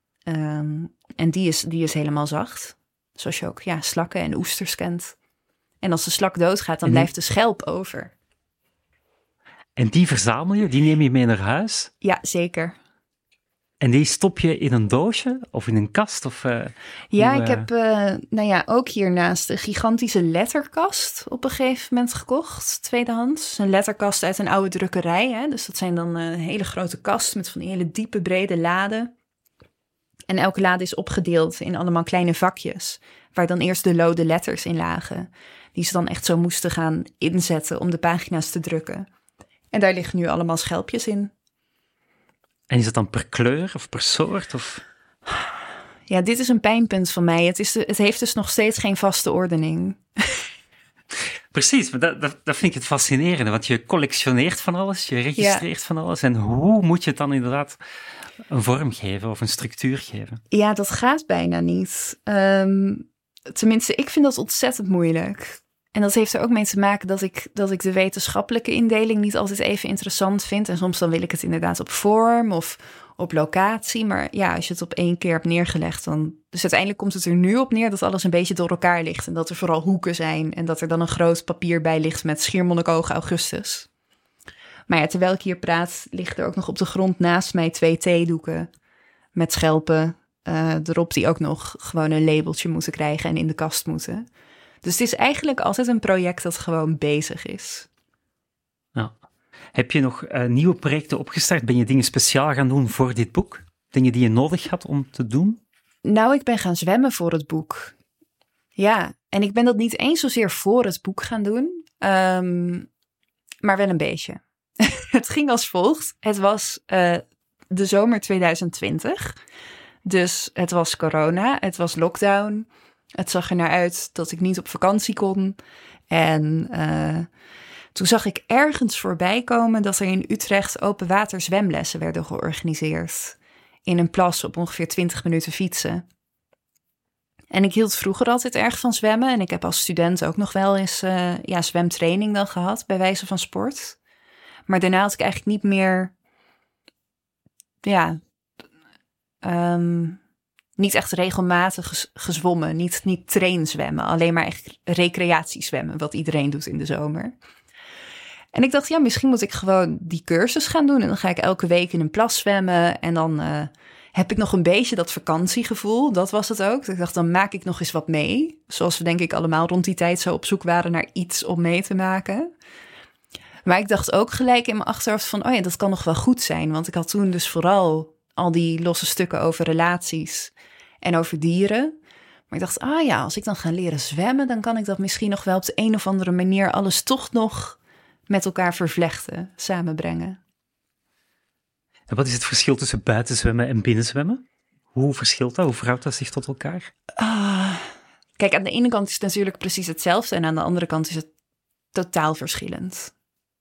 D: En die is helemaal zacht. Zoals je ook slakken en oesters kent. En als de slak doodgaat, dan blijft de schelp over.
C: En die verzamel je? Die neem je mee naar huis?
D: Ja, zeker.
C: En die stop je in een doosje of in een kast?
D: Ik heb ook hiernaast een gigantische letterkast op een gegeven moment gekocht, tweedehands. Een letterkast uit een oude drukkerij. Hè? Dus dat zijn dan een hele grote kast met van die hele diepe, brede laden. En elke lade is opgedeeld in allemaal kleine vakjes, waar dan eerst de lode letters in lagen, die ze dan echt zo moesten gaan inzetten om de pagina's te drukken. En daar liggen nu allemaal schelpjes in.
C: En is het dan per kleur of per soort? Of?
D: Ja, dit is een pijnpunt van mij. Het heeft dus nog steeds geen vaste ordening.
C: Precies, maar dat vind ik het fascinerende, want je collectioneert van alles, je registreert van alles. En hoe moet je het dan inderdaad een vorm geven of een structuur geven?
D: Ja, dat gaat bijna niet. Tenminste, ik vind dat ontzettend moeilijk. En dat heeft er ook mee te maken dat ik de wetenschappelijke indeling niet altijd even interessant vind. En soms dan wil ik het inderdaad op vorm of op locatie. Maar ja, als je het op 1 keer hebt neergelegd, dan... Dus uiteindelijk komt het er nu op neer dat alles een beetje door elkaar ligt. En dat er vooral hoeken zijn. En dat er dan een groot papier bij ligt met Schiermonnikoog Augustus. Maar ja, terwijl ik hier praat, ligt er ook nog op de grond naast mij 2 theedoeken met schelpen erop, die ook nog gewoon een labeltje moeten krijgen en in de kast moeten. Dus het is eigenlijk altijd een project dat gewoon bezig is.
C: Ja. Heb je nog nieuwe projecten opgestart? Ben je dingen speciaal gaan doen voor dit boek? Dingen die je nodig had om te doen?
D: Nou, ik ben gaan zwemmen voor het boek. Ja, en ik ben dat niet eens zozeer voor het boek gaan doen, maar wel een beetje. Het ging als volgt. Het was de zomer 2020. Dus het was corona, het was lockdown. Het zag er naar uit dat ik niet op vakantie kon. En toen zag ik ergens voorbij komen dat er in Utrecht open water zwemlessen werden georganiseerd. In een plas op ongeveer 20 minuten fietsen. En ik hield vroeger altijd erg van zwemmen. En ik heb als student ook nog wel eens zwemtraining dan gehad, bij wijze van sport. Maar daarna had ik eigenlijk niet meer... niet echt regelmatig gezwommen. Niet trainzwemmen. Alleen maar echt recreatiezwemmen. Wat iedereen doet in de zomer. En ik dacht, misschien moet ik gewoon die cursus gaan doen. En dan ga ik elke week in een plas zwemmen. En dan heb ik nog een beetje dat vakantiegevoel. Dat was het ook. Ik dacht, dan maak ik nog eens wat mee. Zoals we denk ik allemaal rond die tijd zo op zoek waren naar iets om mee te maken. Maar ik dacht ook gelijk in mijn achterhoofd van, dat kan nog wel goed zijn. Want ik had toen dus vooral al die losse stukken over relaties en over dieren. Maar ik dacht, als ik dan ga leren zwemmen, dan kan ik dat misschien nog wel op de een of andere manier alles toch nog met elkaar vervlechten, samenbrengen.
C: En wat is het verschil tussen buitenzwemmen en binnenzwemmen? Hoe verschilt dat? Hoe verhoudt dat zich tot elkaar?
D: Kijk, aan de ene kant is het natuurlijk precies hetzelfde en aan de andere kant is het totaal verschillend.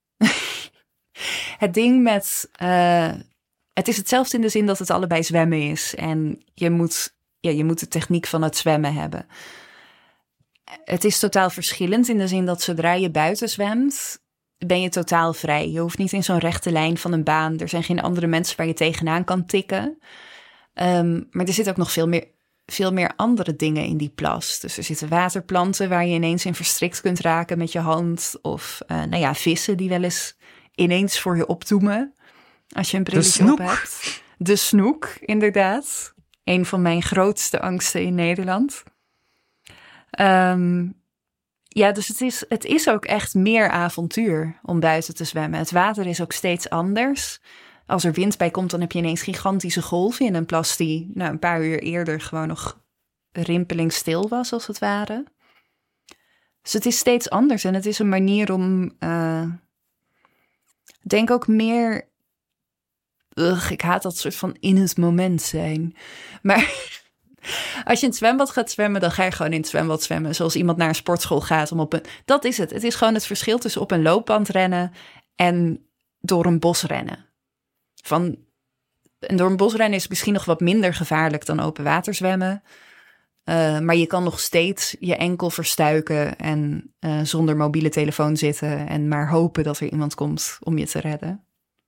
D: Het ding met... het is hetzelfde in de zin dat het allebei zwemmen is. En je moet de techniek van het zwemmen hebben. Het is totaal verschillend in de zin dat zodra je buiten zwemt, ben je totaal vrij. Je hoeft niet in zo'n rechte lijn van een baan. Er zijn geen andere mensen waar je tegenaan kan tikken. Maar er zitten ook nog veel meer andere dingen in die plas. Dus er zitten waterplanten waar je ineens in verstrikt kunt raken met je hand. Of vissen die wel eens ineens voor je opdoemen als je een brilletje op hebt. De snoek, inderdaad. Een van mijn grootste angsten in Nederland. Dus het is ook echt meer avontuur om buiten te zwemmen. Het water is ook steeds anders. Als er wind bij komt, dan heb je ineens gigantische golven in een plas die een paar uur eerder gewoon nog rimpelingstil was, als het ware. Dus het is steeds anders en het is een manier om, denk ook meer, ik haat dat soort van in het moment zijn. Maar als je in het zwembad gaat zwemmen, dan ga je gewoon in het zwembad zwemmen. Zoals iemand naar een sportschool gaat om dat is het. Het is gewoon het verschil tussen op een loopband rennen en door een bos rennen. En door een bos rennen is misschien nog wat minder gevaarlijk dan open water zwemmen. Maar je kan nog steeds je enkel verstuiken en zonder mobiele telefoon zitten en maar hopen dat er iemand komt om je te redden.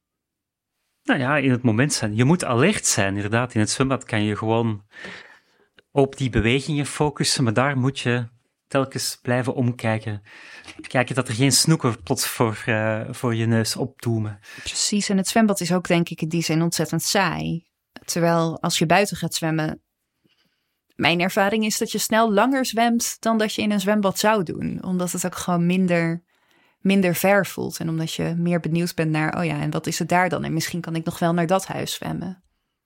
C: Nou ja, in het moment zijn. Je moet alert zijn, inderdaad. In het zwembad kan je gewoon op die bewegingen focussen, maar daar moet je telkens blijven omkijken. Kijken dat er geen snoeken plots voor je neus opdoemen.
D: Precies, en het zwembad is ook, denk ik, in die zin ontzettend saai. Terwijl als je buiten gaat zwemmen, mijn ervaring is dat je snel langer zwemt dan dat je in een zwembad zou doen. Omdat het ook gewoon minder ver voelt. En omdat je meer benieuwd bent naar, en wat is het daar dan? En misschien kan ik nog wel naar dat huis zwemmen.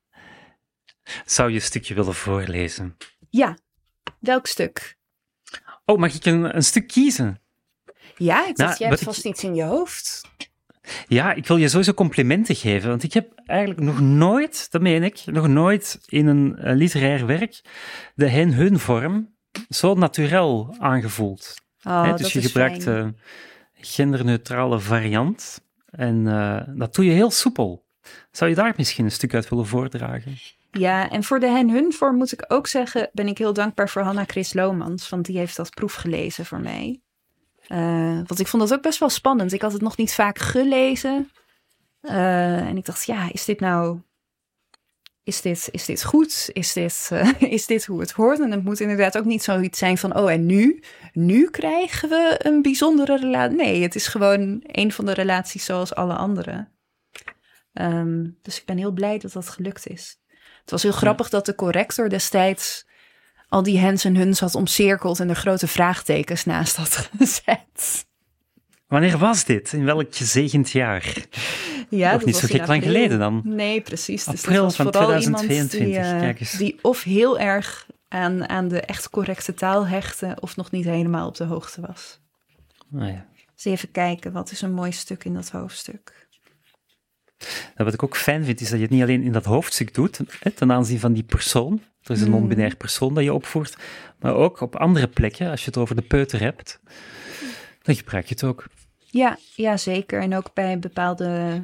C: Zou je een stukje willen voorlezen?
D: Ja, welk stuk?
C: Oh, mag ik een stuk kiezen?
D: Ja, ik dacht, jij hebt vast iets in je hoofd.
C: Ja, ik wil je sowieso complimenten geven, want ik heb eigenlijk nog nooit, dat meen ik, nog nooit in een literair werk de hen-hun vorm zo naturel aangevoeld. Dus je gebruikt een genderneutrale variant en dat doe je heel soepel. Zou je daar misschien een stuk uit willen voordragen?
D: Ja, en voor de hen-hun vorm moet ik ook zeggen, ben ik heel dankbaar voor Hanna Chris Lomans, want die heeft dat proef gelezen voor mij. Want ik vond dat ook best wel spannend. Ik had het nog niet vaak gelezen. En ik dacht, is dit nou... Is dit goed? Is dit hoe het hoort? En het moet inderdaad ook niet zoiets zijn van, en nu? Nu krijgen we een bijzondere relatie. Nee, het is gewoon een van de relaties zoals alle andere. Dus ik ben heel blij dat dat gelukt is. Het was heel grappig dat de corrector destijds al die hens en huns had omcirkeld en er grote vraagtekens naast had gezet.
C: Wanneer was dit? In welk gezegend jaar?
D: Ja,
C: of niet zo gek lang geleden dan?
D: Nee, precies. Dus
C: april
D: dat was
C: van 2022.
D: Die of heel erg aan de echt correcte taal hechtte of nog niet helemaal op de hoogte was.
C: Ja.
D: Dus even kijken, wat is een mooi stuk in dat hoofdstuk?
C: Wat ik ook fijn vind, is dat je het niet alleen in dat hoofdstuk doet, ten aanzien van die persoon. Er is een non-binair persoon dat je opvoert, maar ook op andere plekken, als je het over de peuter hebt, dan gebruik je het ook.
D: Ja, zeker. En ook bij bepaalde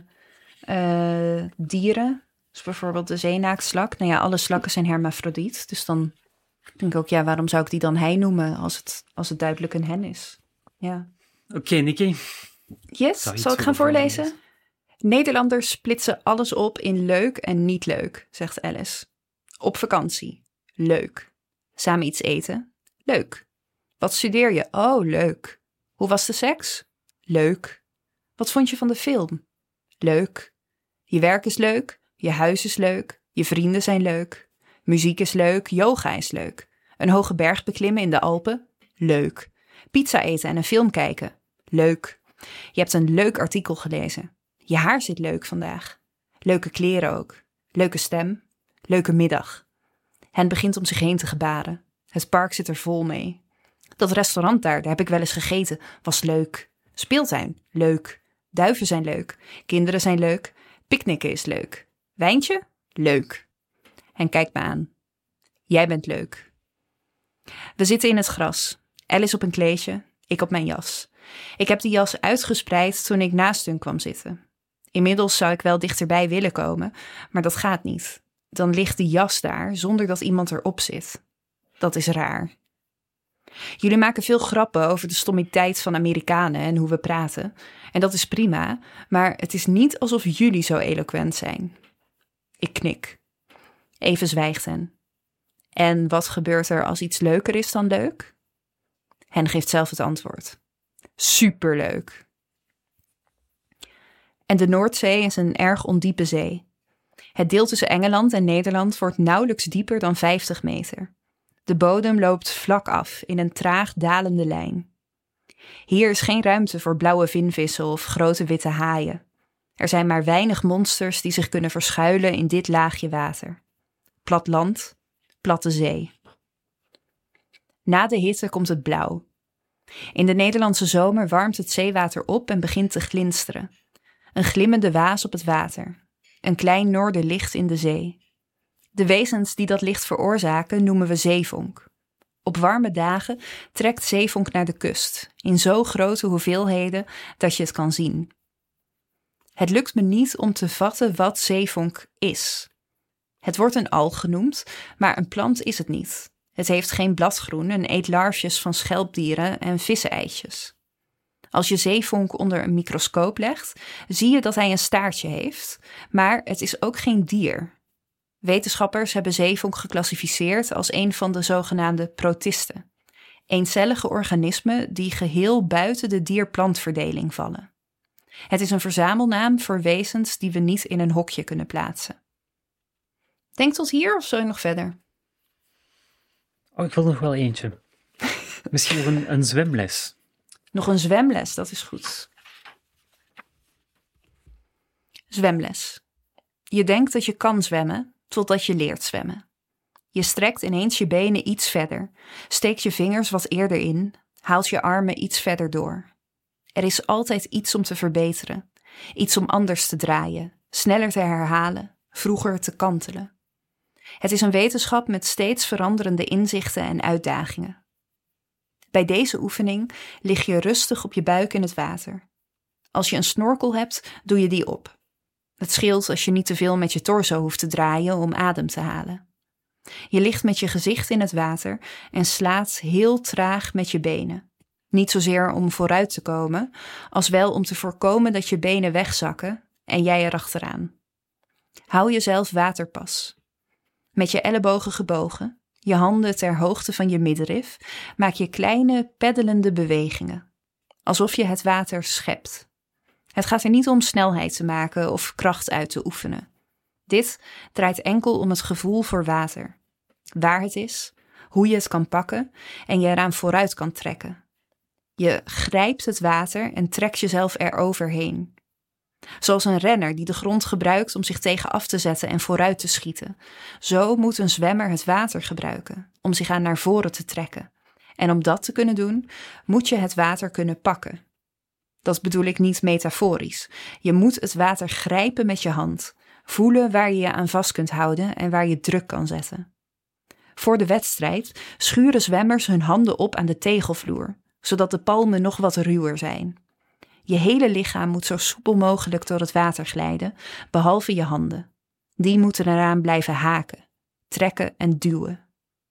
D: dieren, dus bijvoorbeeld de zeenaaktslak. Alle slakken zijn hermafrodiet, dus dan denk ik ook, waarom zou ik die dan hij noemen als het duidelijk een hen is? Ja.
C: Oké, Nikki.
D: Yes, zal ik gaan voorlezen? Nederlanders splitsen alles op in leuk en niet leuk, zegt Alice. Op vakantie. Leuk. Samen iets eten. Leuk. Wat studeer je? Oh, leuk. Hoe was de seks? Leuk. Wat vond je van de film? Leuk. Je werk is leuk. Je huis is leuk. Je vrienden zijn leuk. Muziek is leuk. Yoga is leuk. Een hoge berg beklimmen in de Alpen? Leuk. Pizza eten en een film kijken? Leuk. Je hebt een leuk artikel gelezen. Je haar zit leuk vandaag. Leuke kleren ook. Leuke stem. Leuke middag. Hen begint om zich heen te gebaren. Het park zit er vol mee. Dat restaurant daar heb ik wel eens gegeten, was leuk. Speeltuin, leuk. Duiven zijn leuk. Kinderen zijn leuk. Picknicken is leuk. Wijntje? Leuk. En kijkt me aan. Jij bent leuk. We zitten in het gras. Alice op een kleedje, ik op mijn jas. Ik heb die jas uitgespreid toen ik naast hun kwam zitten. Inmiddels zou ik wel dichterbij willen komen, maar dat gaat niet. Dan ligt die jas daar zonder dat iemand erop zit. Dat is raar. Jullie maken veel grappen over de stommiteit van Amerikanen en hoe we praten. En dat is prima, maar het is niet alsof jullie zo eloquent zijn. Ik knik. Even zwijgt hen. En wat gebeurt er als iets leuker is dan leuk? Hen geeft zelf het antwoord. Superleuk. En de Noordzee is een erg ondiepe zee. Het deel tussen Engeland en Nederland wordt nauwelijks dieper dan 50 meter. De bodem loopt vlak af in een traag dalende lijn. Hier is geen ruimte voor blauwe vinvissen of grote witte haaien. Er zijn maar weinig monsters die zich kunnen verschuilen in dit laagje water. Plat land, platte zee. Na de hitte komt het blauw. In de Nederlandse zomer warmt het zeewater op en begint te glinsteren. Een glimmende waas op het water. Een klein noorderlicht in de zee. De wezens die dat licht veroorzaken noemen we zeevonk. Op warme dagen trekt zeevonk naar de kust, in zo grote hoeveelheden dat je het kan zien. Het lukt me niet om te vatten wat zeevonk is. Het wordt een alg genoemd, maar een plant is het niet. Het heeft geen bladgroen en eet larfjes van schelpdieren en visseneitjes. Als je zeevonk onder een microscoop legt, zie je dat hij een staartje heeft, maar het is ook geen dier. Wetenschappers hebben zeevonk geclassificeerd als een van de zogenaamde protisten. Eencellige organismen die geheel buiten de dier-plantverdeling vallen. Het is een verzamelnaam voor wezens die we niet in een hokje kunnen plaatsen. Denk tot hier of zo nog verder?
C: Oh, ik wil nog wel eentje. Misschien nog een zwemles.
D: Nog een zwemles, dat is goed. Zwemles. Je denkt dat je kan zwemmen, totdat je leert zwemmen. Je strekt ineens je benen iets verder, steekt je vingers wat eerder in, haalt je armen iets verder door. Er is altijd iets om te verbeteren, iets om anders te draaien, sneller te herhalen, vroeger te kantelen. Het is een wetenschap met steeds veranderende inzichten en uitdagingen. Bij deze oefening lig je rustig op je buik in het water. Als je een snorkel hebt, doe je die op. Het scheelt als je niet te veel met je torso hoeft te draaien om adem te halen. Je ligt met je gezicht in het water en slaat heel traag met je benen. Niet zozeer om vooruit te komen, als wel om te voorkomen dat je benen wegzakken en jij erachteraan. Hou jezelf waterpas. Met je ellebogen gebogen, je handen ter hoogte van je middenrif, maak je kleine peddelende bewegingen. Alsof je het water schept. Het gaat er niet om snelheid te maken of kracht uit te oefenen. Dit draait enkel om het gevoel voor water. Waar het is, hoe je het kan pakken en je eraan vooruit kan trekken. Je grijpt het water en trekt jezelf eroverheen. Zoals een renner die de grond gebruikt om zich tegen af te zetten en vooruit te schieten. Zo moet een zwemmer het water gebruiken om zich aan naar voren te trekken. En om dat te kunnen doen, moet je het water kunnen pakken. Dat bedoel ik niet metaforisch. Je moet het water grijpen met je hand, voelen waar je je aan vast kunt houden en waar je druk kan zetten. Voor de wedstrijd schuren zwemmers hun handen op aan de tegelvloer, zodat de palmen nog wat ruwer zijn. Je hele lichaam moet zo soepel mogelijk door het water glijden, behalve je handen. Die moeten eraan blijven haken, trekken en duwen.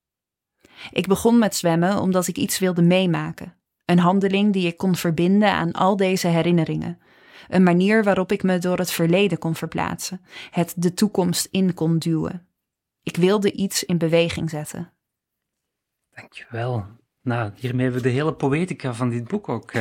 D: Ik begon met zwemmen omdat ik iets wilde meemaken. Een handeling die ik kon verbinden aan al deze herinneringen. Een manier waarop ik me door het verleden kon verplaatsen, het de toekomst in kon duwen. Ik wilde iets in beweging zetten.
C: Dankjewel. Nou, hiermee hebben we de hele poëtica van dit boek ook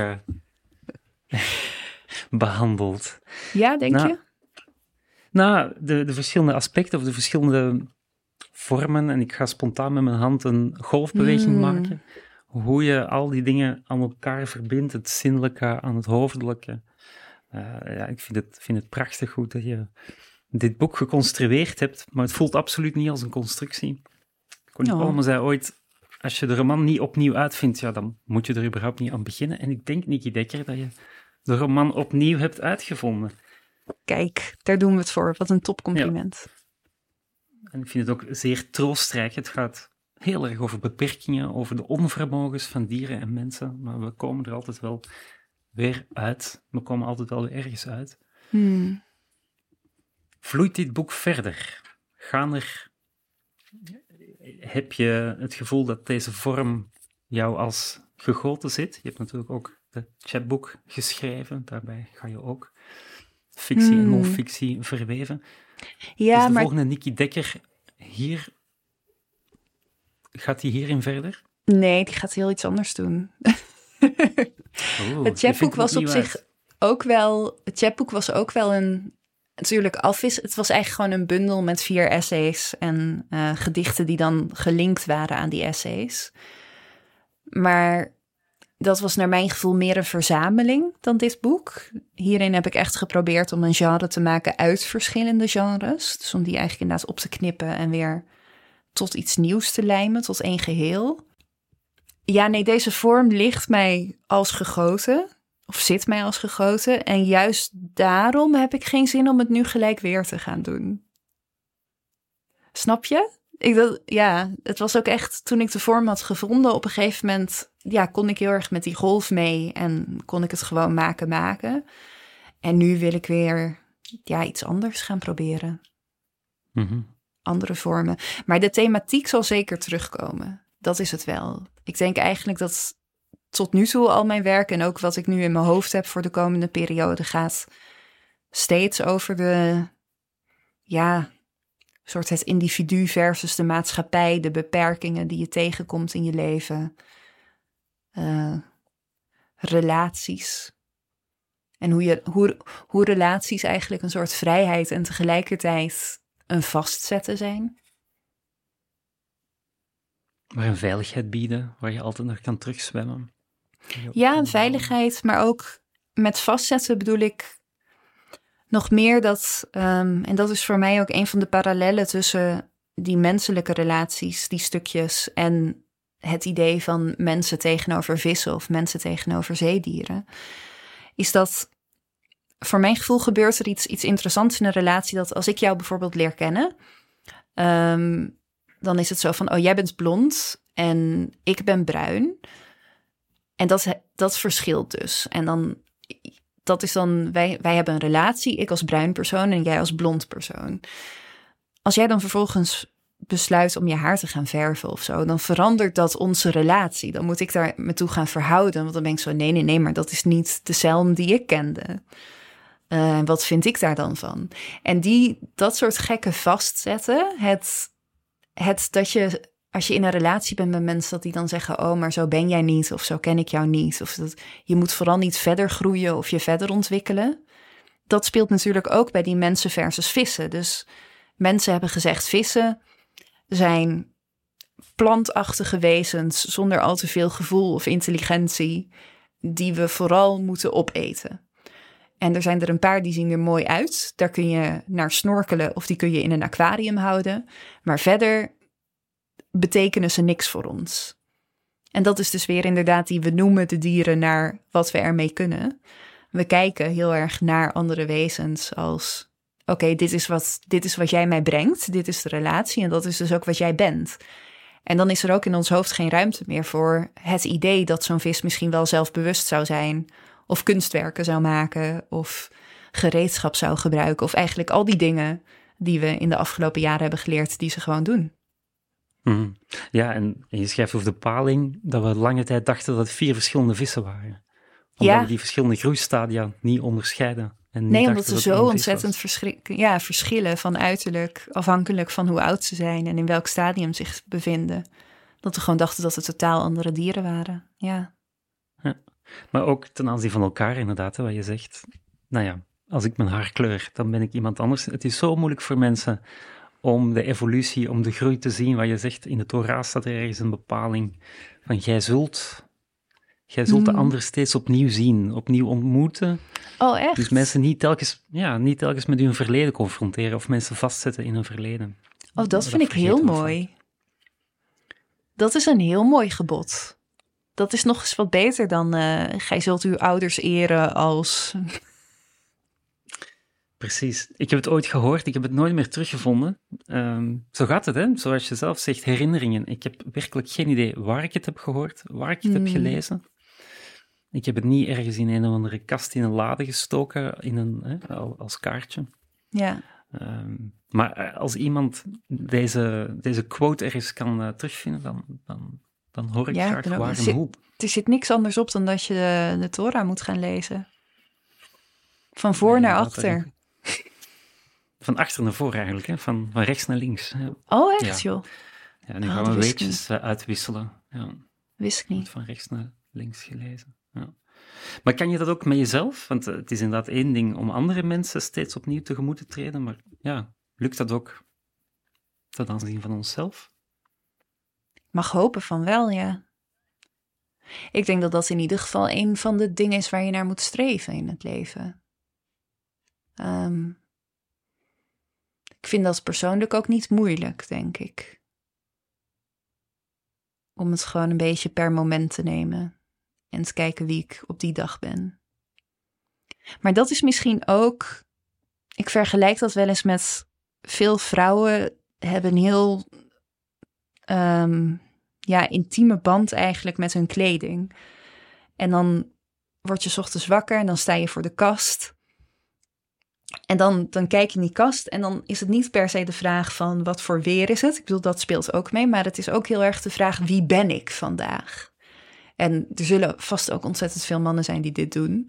C: behandeld.
D: Ja, denk je?
C: Nou, de verschillende aspecten of de verschillende vormen, en ik ga spontaan met mijn hand een golfbeweging maken. Hoe je al die dingen aan elkaar verbindt, het zinnelijke aan het hoofdelijke. Ja, ik vind het prachtig goed dat je dit boek geconstrueerd hebt, maar het voelt absoluut niet als een constructie. Connie Palme zei ooit, als je de roman niet opnieuw uitvindt, ja, dan moet je er überhaupt niet aan beginnen. En ik denk, Nikki Dekker, dat je de roman opnieuw hebt uitgevonden.
D: Kijk, daar doen we het voor. Wat een topcompliment.
C: Ja. En ik vind het ook zeer troostrijk. Het gaat heel erg over beperkingen, over de onvermogens van dieren en mensen, maar we komen er altijd wel weer uit. We komen altijd wel weer ergens uit. Vloeit dit boek verder? Heb je het gevoel dat deze vorm jou als gegoten zit? Je hebt natuurlijk ook het chapboek geschreven. Daarbij ga je ook fictie en non-fictie verweven.
D: Ja,
C: dus de volgende Nikki Dekker hier... Gaat hij hierin verder?
D: Nee, die gaat heel iets anders doen. Het chapboek was op zich ook wel... Het chapboek was ook wel een... Natuurlijk, het was eigenlijk gewoon een bundel met 4 essays en gedichten die dan gelinkt waren aan die essays. Maar dat was naar mijn gevoel meer een verzameling dan dit boek. Hierin heb ik echt geprobeerd om een genre te maken uit verschillende genres. Dus om die eigenlijk inderdaad op te knippen en weer tot iets nieuws te lijmen, tot één geheel. Ja, nee, deze vorm ligt mij als gegoten. Of zit mij als gegoten. En juist daarom heb ik geen zin om het nu gelijk weer te gaan doen. Snap je? Het was ook echt, toen ik de vorm had gevonden, op een gegeven moment, kon ik heel erg met die golf mee en kon ik het gewoon maken. En nu wil ik weer, iets anders gaan proberen. Andere vormen. Maar de thematiek zal zeker terugkomen. Dat is het wel. Ik denk eigenlijk dat tot nu toe al mijn werk en ook wat ik nu in mijn hoofd heb voor de komende periode gaat steeds over de, soort het individu versus de maatschappij, de beperkingen die je tegenkomt in je leven, relaties. En hoe relaties eigenlijk een soort vrijheid en tegelijkertijd een vastzetten zijn.
C: Maar een veiligheid bieden, waar je altijd naar kan terugzwemmen.
D: Ja, een veiligheid, maar ook met vastzetten bedoel ik nog meer dat, en dat is voor mij ook een van de parallellen tussen die menselijke relaties, die stukjes, en het idee van mensen tegenover vissen of mensen tegenover zeedieren, is dat voor mijn gevoel gebeurt er iets interessants in een relatie, dat als ik jou bijvoorbeeld leer kennen, dan is het zo van, jij bent blond en ik ben bruin. En dat verschilt dus. En dan, dat is dan, wij hebben een relatie, ik als bruin persoon en jij als blond persoon. Als jij dan vervolgens besluit om je haar te gaan verven of zo, dan verandert dat onze relatie. Dan moet ik daar me toe gaan verhouden, want dan ben ik zo, nee, maar dat is niet de Selm die ik kende. Wat vind ik daar dan van? En dat soort gekke vastzetten, het dat je, als je in een relatie bent met mensen, dat die dan zeggen, maar zo ben jij niet, of zo ken ik jou niet. Of dat je moet vooral niet verder groeien of je verder ontwikkelen. Dat speelt natuurlijk ook bij die mensen versus vissen. Dus mensen hebben gezegd, vissen zijn plantachtige wezens zonder al te veel gevoel of intelligentie, die we vooral moeten opeten. En er zijn er een paar die zien er mooi uit. Daar kun je naar snorkelen of die kun je in een aquarium houden. Maar verder betekenen ze niks voor ons. En dat is dus weer inderdaad we noemen de dieren naar wat we ermee kunnen. We kijken heel erg naar andere wezens als, oké, dit is wat jij mij brengt. Dit is de relatie en dat is dus ook wat jij bent. En dan is er ook in ons hoofd geen ruimte meer voor het idee dat zo'n vis misschien wel zelfbewust zou zijn, of kunstwerken zou maken, of gereedschap zou gebruiken, of eigenlijk al die dingen die we in de afgelopen jaren hebben geleerd, die ze gewoon doen.
C: Ja, en je schrijft over de paling, dat we lange tijd dachten dat het 4 verschillende vissen waren. Omdat we die verschillende groeistadia niet onderscheiden. En niet
D: omdat ze zo ontzettend verschillen van uiterlijk, afhankelijk van hoe oud ze zijn en in welk stadium zich bevinden. Dat we gewoon dachten dat het totaal andere dieren waren, ja.
C: Maar ook ten aanzien van elkaar inderdaad, wat je zegt. Als ik mijn haar kleur, dan ben ik iemand anders. Het is zo moeilijk voor mensen om de evolutie, om de groei te zien. Wat je zegt, in de Torah staat er ergens een bepaling van jij Jij zult de ander steeds opnieuw zien, opnieuw ontmoeten.
D: Oh, echt?
C: Dus mensen niet telkens met hun verleden confronteren of mensen vastzetten in hun verleden.
D: Oh, dat vind ik heel mooi. Dat is een heel mooi gebod. Dat is nog eens wat beter dan gij zult uw ouders eren als...
C: Precies. Ik heb het ooit gehoord, ik heb het nooit meer teruggevonden. Zo gaat het, hè? Zoals je zelf zegt, herinneringen. Ik heb werkelijk geen idee waar ik het heb gehoord, waar ik het heb gelezen. Ik heb het niet ergens in een of andere kast in een lade gestoken, als kaartje.
D: Ja.
C: Maar als iemand deze quote ergens kan terugvinden, dan hoor ik graag waar en hoe.
D: Er zit niks anders op dan dat je de Torah moet gaan lezen. Van voor naar achter.
C: Van achter naar voor eigenlijk, hè? Van rechts naar links. Ja.
D: Oh, echt joh?
C: Ja, nu gaan we weetjes uitwisselen. Ja.
D: Wist ik niet.
C: Van rechts naar links gelezen. Ja. Maar kan je dat ook met jezelf? Want het is inderdaad één ding om andere mensen steeds opnieuw tegemoet te treden, maar ja, lukt dat ook ten aanzien van onszelf?
D: Mag hopen van wel, ja. Ik denk dat dat in ieder geval een van de dingen is waar je naar moet streven in het leven. Ik vind dat persoonlijk ook niet moeilijk, denk ik. Om het gewoon een beetje per moment te nemen en te kijken wie ik op die dag ben. Maar dat is misschien ook... Ik vergelijk dat wel eens met... Veel vrouwen hebben een heel... intieme band eigenlijk met hun kleding. En dan word je 's ochtends wakker en dan sta je voor de kast. En dan kijk je in die kast en dan is het niet per se de vraag van wat voor weer is het. Ik bedoel, dat speelt ook mee, maar het is ook heel erg de vraag wie ben ik vandaag? En er zullen vast ook ontzettend veel mannen zijn die dit doen.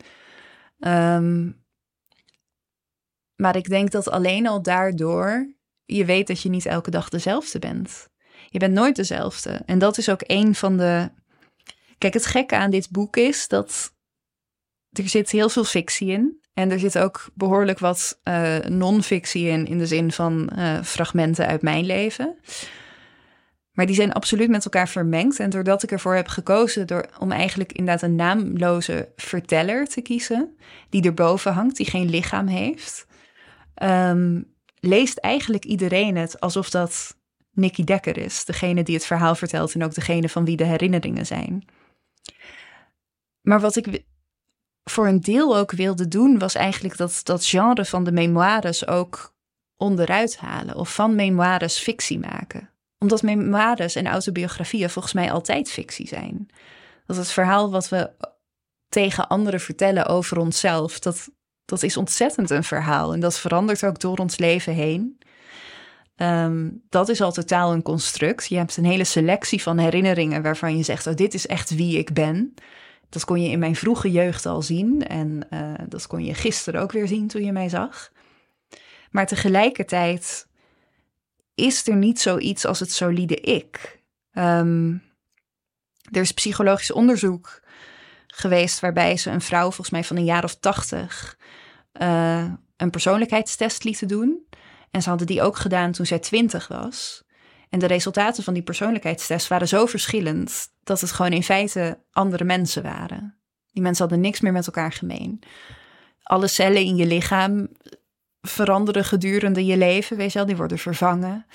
D: Maar ik denk dat alleen al daardoor je weet dat je niet elke dag dezelfde bent. Je bent nooit dezelfde. En dat is ook een van de... Kijk, het gekke aan dit boek is dat er zit heel veel fictie in. En er zit ook behoorlijk wat non-fictie in de zin van fragmenten uit mijn leven. Maar die zijn absoluut met elkaar vermengd. En doordat ik ervoor heb gekozen om eigenlijk inderdaad een naamloze verteller te kiezen, die erboven hangt, die geen lichaam heeft, leest eigenlijk iedereen het alsof dat Nikki Dekker is. Degene die het verhaal vertelt en ook degene van wie de herinneringen zijn. Maar wat ik voor een deel ook wilde doen, was eigenlijk dat genre van de memoires ook onderuit halen. Of van memoires fictie maken. Omdat memoires en autobiografieën volgens mij altijd fictie zijn. Dat het verhaal wat we tegen anderen vertellen over onszelf, dat is ontzettend een verhaal. En dat verandert ook door ons leven heen. Dat is al totaal een construct. Je hebt een hele selectie van herinneringen waarvan je zegt, oh, dit is echt wie ik ben. Dat kon je in mijn vroege jeugd al zien. En dat kon je gisteren ook weer zien toen je mij zag. Maar tegelijkertijd is er niet zoiets als het solide ik. Er is psychologisch onderzoek geweest waarbij ze een vrouw volgens mij van een jaar of 80 een persoonlijkheidstest lieten doen. En ze hadden die ook gedaan toen zij 20 was. En de resultaten van die persoonlijkheidstest waren zo verschillend dat het gewoon in feite andere mensen waren. Die mensen hadden niks meer met elkaar gemeen. Alle cellen in je lichaam veranderen gedurende je leven, weet je wel, die worden vervangen.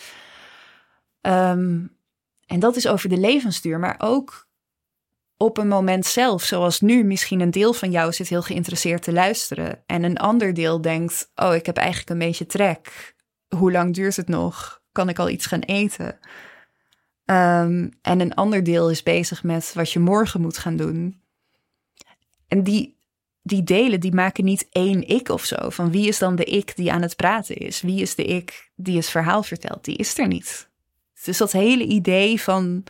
D: En dat is over de levensduur, maar ook op een moment zelf, zoals nu, misschien een deel van jou zit heel geïnteresseerd te luisteren en een ander deel denkt, oh, ik heb eigenlijk een beetje trek. Hoe lang duurt het nog? Kan ik al iets gaan eten? En een ander deel is bezig met wat je morgen moet gaan doen. En die delen, die maken niet één ik of zo. Van wie is dan de ik die aan het praten is? Wie is de ik die het verhaal vertelt? Die is er niet. Dus dat hele idee van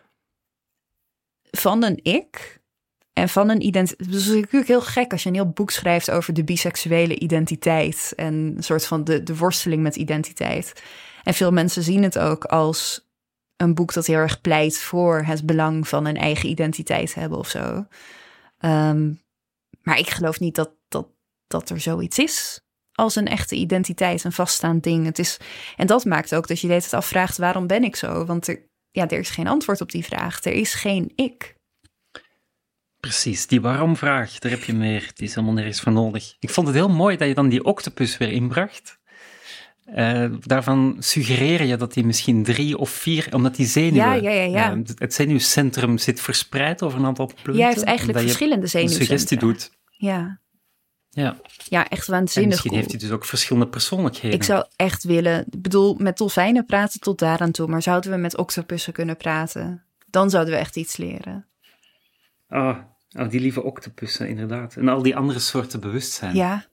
D: een ik en van een identiteit. Het is natuurlijk heel gek als je een heel boek schrijft over de biseksuele identiteit en een soort van de worsteling met identiteit. En veel mensen zien het ook als een boek dat heel erg pleit voor het belang van een eigen identiteit hebben of zo. Maar ik geloof niet dat er zoiets is als een echte identiteit, een vaststaand ding. En dat maakt ook dat je de hele tijd afvraagt, waarom ben ik zo? Want er is geen antwoord op die vraag. Er is geen ik.
C: Precies, die waarom-vraag, daar heb je meer. Die is helemaal nergens voor nodig. Ik vond het heel mooi dat je dan die octopus weer inbracht. Daarvan suggereer je dat die misschien 3 of 4, omdat die zenuwen...
D: Ja.
C: Het zenuwcentrum zit verspreid over een aantal punten.
D: Jij heeft eigenlijk verschillende
C: een
D: zenuwcentra.
C: suggestie doet.
D: Ja, echt
C: En
D: waanzinnig
C: misschien
D: cool.
C: heeft hij dus ook verschillende persoonlijkheden.
D: Ik zou echt willen... Ik bedoel, met dolfijnen praten tot daaraan toe... maar zouden we met octopussen kunnen praten? Dan zouden we echt iets leren.
C: Oh, die lieve octopussen, inderdaad. En al die andere soorten bewustzijn.
D: Ja,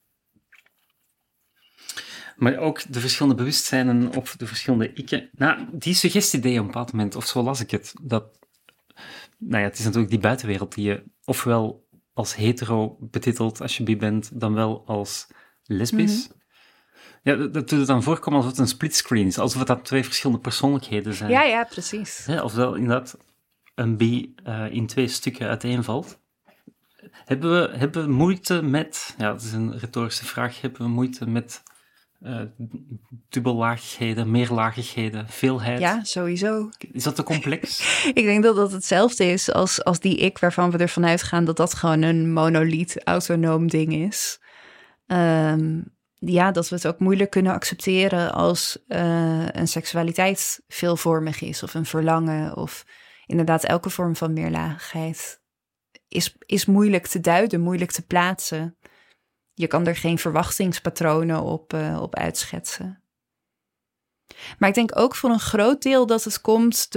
C: Maar ook de verschillende bewustzijnen of de verschillende ikken. Nou, die suggestie deed je op een bepaald moment, of zo las ik het, dat... Nou ja, het is natuurlijk die buitenwereld die je ofwel als hetero betitelt als je bi bent, dan wel als lesbisch. Ja, dat doet het dan voorkomen alsof het een splitscreen is, alsof het dat 2 verschillende persoonlijkheden zijn.
D: ja, precies.
C: Ja, ofwel inderdaad een bi in 2 stukken uiteenvalt. Hebben we moeite met, ja, dat is een retorische vraag, hebben we moeite met dubbellagigheden, meerlagigheden, veelheid?
D: Ja, sowieso.
C: Is dat te complex?
D: Ik denk dat dat hetzelfde is als die ik, waarvan we ervan uitgaan dat dat gewoon een monoliet, autonoom ding is. Dat we het ook moeilijk kunnen accepteren als een seksualiteit veelvormig is, of een verlangen, of inderdaad elke vorm van meerlagigheid is moeilijk te duiden, moeilijk te plaatsen. Je kan er geen verwachtingspatronen op uitschetsen. Maar ik denk ook voor een groot deel dat het komt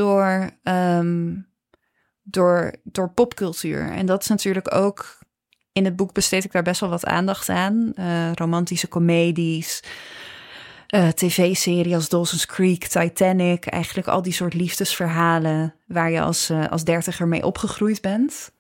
D: door popcultuur. En dat is natuurlijk ook... In het boek besteed ik daar best wel wat aandacht aan. Romantische comedies, tv-series als Dawson's Creek, Titanic. Eigenlijk al die soort liefdesverhalen waar je als dertiger mee opgegroeid bent.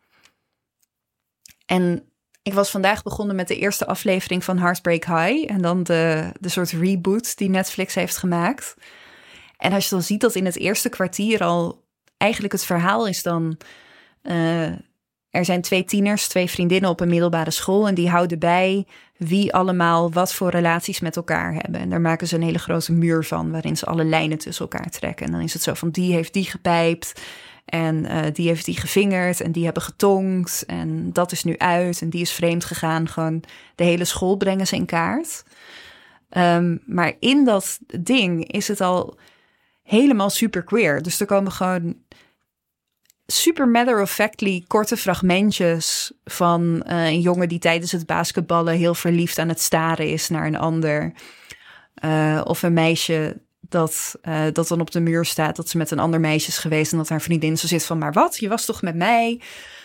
D: En ik was vandaag begonnen met de eerste aflevering van Heartbreak High. En dan de soort reboot die Netflix heeft gemaakt. En als je dan ziet dat in het eerste kwartier al... Eigenlijk het verhaal is dan... er zijn 2 tieners, 2 vriendinnen op een middelbare school... en die houden bij wie allemaal wat voor relaties met elkaar hebben. En daar maken ze een hele grote muur van... waarin ze alle lijnen tussen elkaar trekken. En dan is het zo van die heeft die gepijpt... En die heeft die gevingerd en die hebben getongd. En dat is nu uit en die is vreemd gegaan. Gewoon de hele school brengen ze in kaart. Maar in dat ding is het al helemaal super queer. Dus er komen gewoon super matter-of-factly korte fragmentjes... van een jongen die tijdens het basketballen heel verliefd aan het staren is naar een ander. Of een meisje... Dat dan op de muur staat dat ze met een ander meisje is geweest... en dat haar vriendin zo zit van... maar wat, je was toch met mij?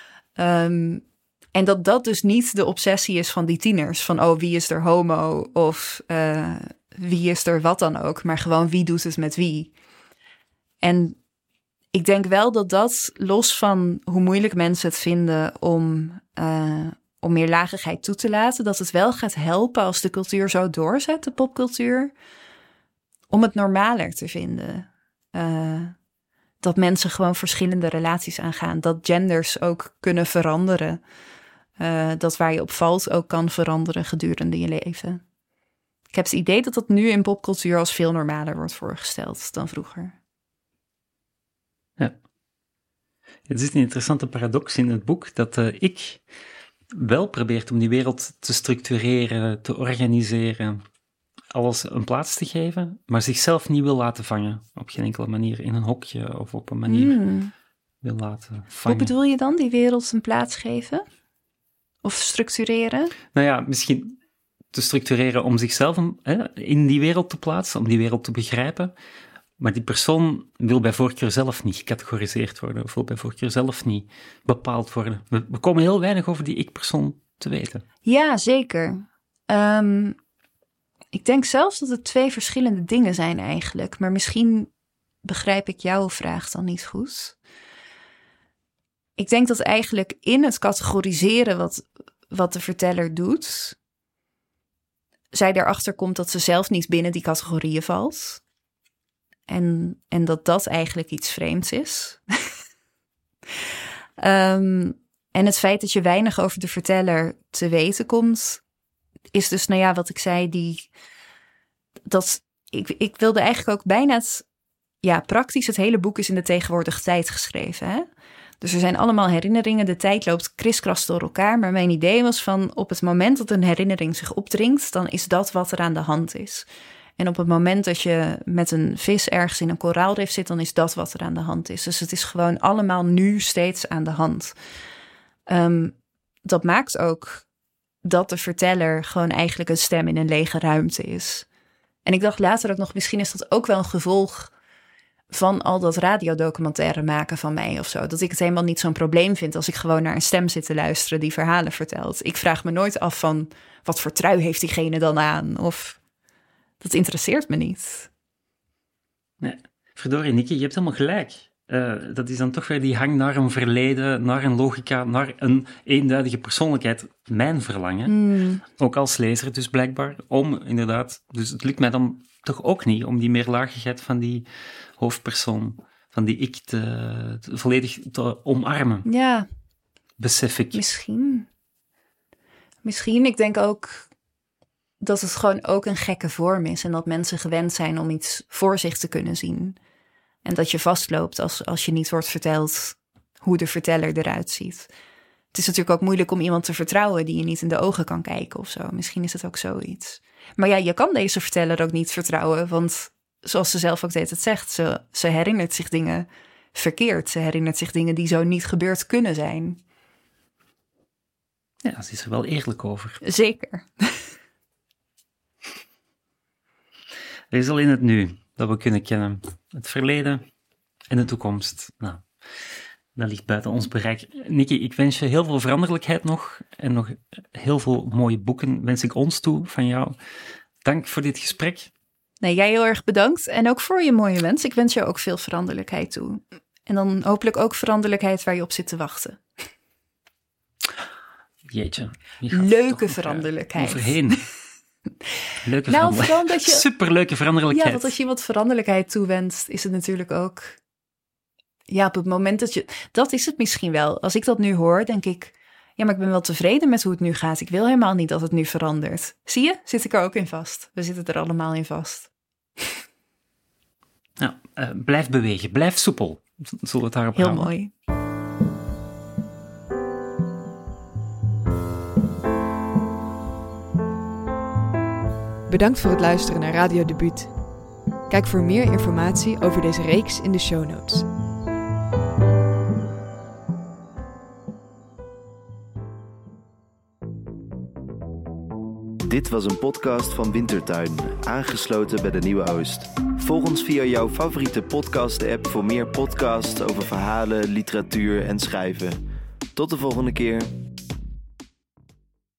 D: En dat dus niet de obsessie is van die tieners... van wie is er homo of wie is er wat dan ook... maar gewoon wie doet het met wie. En ik denk wel dat los van hoe moeilijk mensen het vinden... om meerlagigheid toe te laten... dat het wel gaat helpen als de cultuur zo doorzet, de popcultuur... om het normaler te vinden. Dat mensen gewoon verschillende relaties aangaan. Dat genders ook kunnen veranderen. Dat waar je op valt ook kan veranderen gedurende je leven. Ik heb het idee dat dat nu in popcultuur als veel normaler wordt voorgesteld dan vroeger.
C: Ja. Het is een interessante paradox in het boek dat ik wel probeert om die wereld te structureren, te organiseren... alles een plaats te geven, maar zichzelf niet wil laten vangen. Op geen enkele manier in een hokje of op een manier wil laten vangen.
D: Hoe bedoel je dan, die wereld een plaats geven? Of structureren?
C: Nou ja, misschien te structureren om zichzelf in die wereld te plaatsen, om die wereld te begrijpen. Maar die persoon wil bij voorkeur zelf niet gecategoriseerd worden, of wil bij voorkeur zelf niet bepaald worden. We komen heel weinig over die ik-persoon te weten.
D: Ja, zeker. Ik denk zelfs dat het 2 verschillende dingen zijn eigenlijk. Maar misschien begrijp ik jouw vraag dan niet goed. Ik denk dat eigenlijk in het categoriseren wat de verteller doet... zij erachter komt dat ze zelf niet binnen die categorieën valt. En dat eigenlijk iets vreemds is. En het feit dat je weinig over de verteller te weten komt... is dus, wat ik zei, ik wilde eigenlijk ook bijna praktisch het hele boek is in de tegenwoordige tijd geschreven. Hè? Dus er zijn allemaal herinneringen. De tijd loopt kriskras door elkaar. Maar mijn idee was van op het moment dat een herinnering zich opdringt, dan is dat wat er aan de hand is. En op het moment dat je met een vis ergens in een koraalrif zit, dan is dat wat er aan de hand is. Dus het is gewoon allemaal nu steeds aan de hand. Dat maakt ook dat de verteller gewoon eigenlijk een stem in een lege ruimte is. En ik dacht later ook nog, misschien is dat ook wel een gevolg van al dat radiodocumentaire maken van mij of zo. Dat ik het helemaal niet zo'n probleem vind als ik gewoon naar een stem zit te luisteren die verhalen vertelt. Ik vraag me nooit af van, wat voor trui heeft diegene dan aan? Of, dat interesseert me niet.
C: Nee. Verdorie, Nikki, je hebt helemaal gelijk. Dat is dan toch weer die hang naar een verleden, naar een logica, naar een eenduidige persoonlijkheid. Mijn verlangen, ook als lezer dus blijkbaar, om inderdaad... Dus het lukt mij dan toch ook niet om die meerlagigheid van die hoofdpersoon, van die ik, volledig te omarmen.
D: Ja.
C: Besef ik.
D: Misschien, ik denk ook dat het gewoon ook een gekke vorm is en dat mensen gewend zijn om iets voor zich te kunnen zien. En dat je vastloopt als je niet wordt verteld hoe de verteller eruit ziet. Het is natuurlijk ook moeilijk om iemand te vertrouwen die je niet in de ogen kan kijken of zo. Misschien is het ook zoiets. Maar ja, je kan deze verteller ook niet vertrouwen, want zoals ze zelf ook de hele tijd zegt, ze herinnert zich dingen verkeerd. Ze herinnert zich dingen die zo niet gebeurd kunnen zijn.
C: Ja, ze is er wel eerlijk over.
D: Zeker.
C: Er is alleen het nu dat we kunnen kennen. Het verleden en de toekomst. Nou, dat ligt buiten ons bereik. Nikki, ik wens je heel veel veranderlijkheid nog. En nog heel veel mooie boeken wens ik ons toe van jou. Dank voor dit gesprek.
D: Nee, jij heel erg bedankt. En ook voor je mooie wens. Ik wens je ook veel veranderlijkheid toe. En dan hopelijk ook veranderlijkheid waar je op zit te wachten.
C: Jeetje.
D: Leuke veranderlijkheid.
C: Overheen. Leuke veranderlijkheid. Superleuke veranderlijkheid.
D: Ja, want als je iemand veranderlijkheid toewenst, is het natuurlijk ook... Ja, op het moment dat je... Dat is het misschien wel. Als ik dat nu hoor, denk ik... Ja, maar ik ben wel tevreden met hoe het nu gaat. Ik wil helemaal niet dat het nu verandert. Zie je? Zit ik er ook in vast. We zitten er allemaal in vast.
C: Nou, blijf bewegen. Blijf soepel. Zullen we het daarop
D: heel
C: houden?
D: Mooi.
B: Bedankt voor het luisteren naar Radio Debuut. Kijk voor meer informatie over deze reeks in de show notes.
A: Dit was een podcast van Wintertuin, aangesloten bij de Nieuwe Oost. Volg ons via jouw favoriete podcast-app voor meer podcasts over verhalen, literatuur en schrijven. Tot de volgende keer.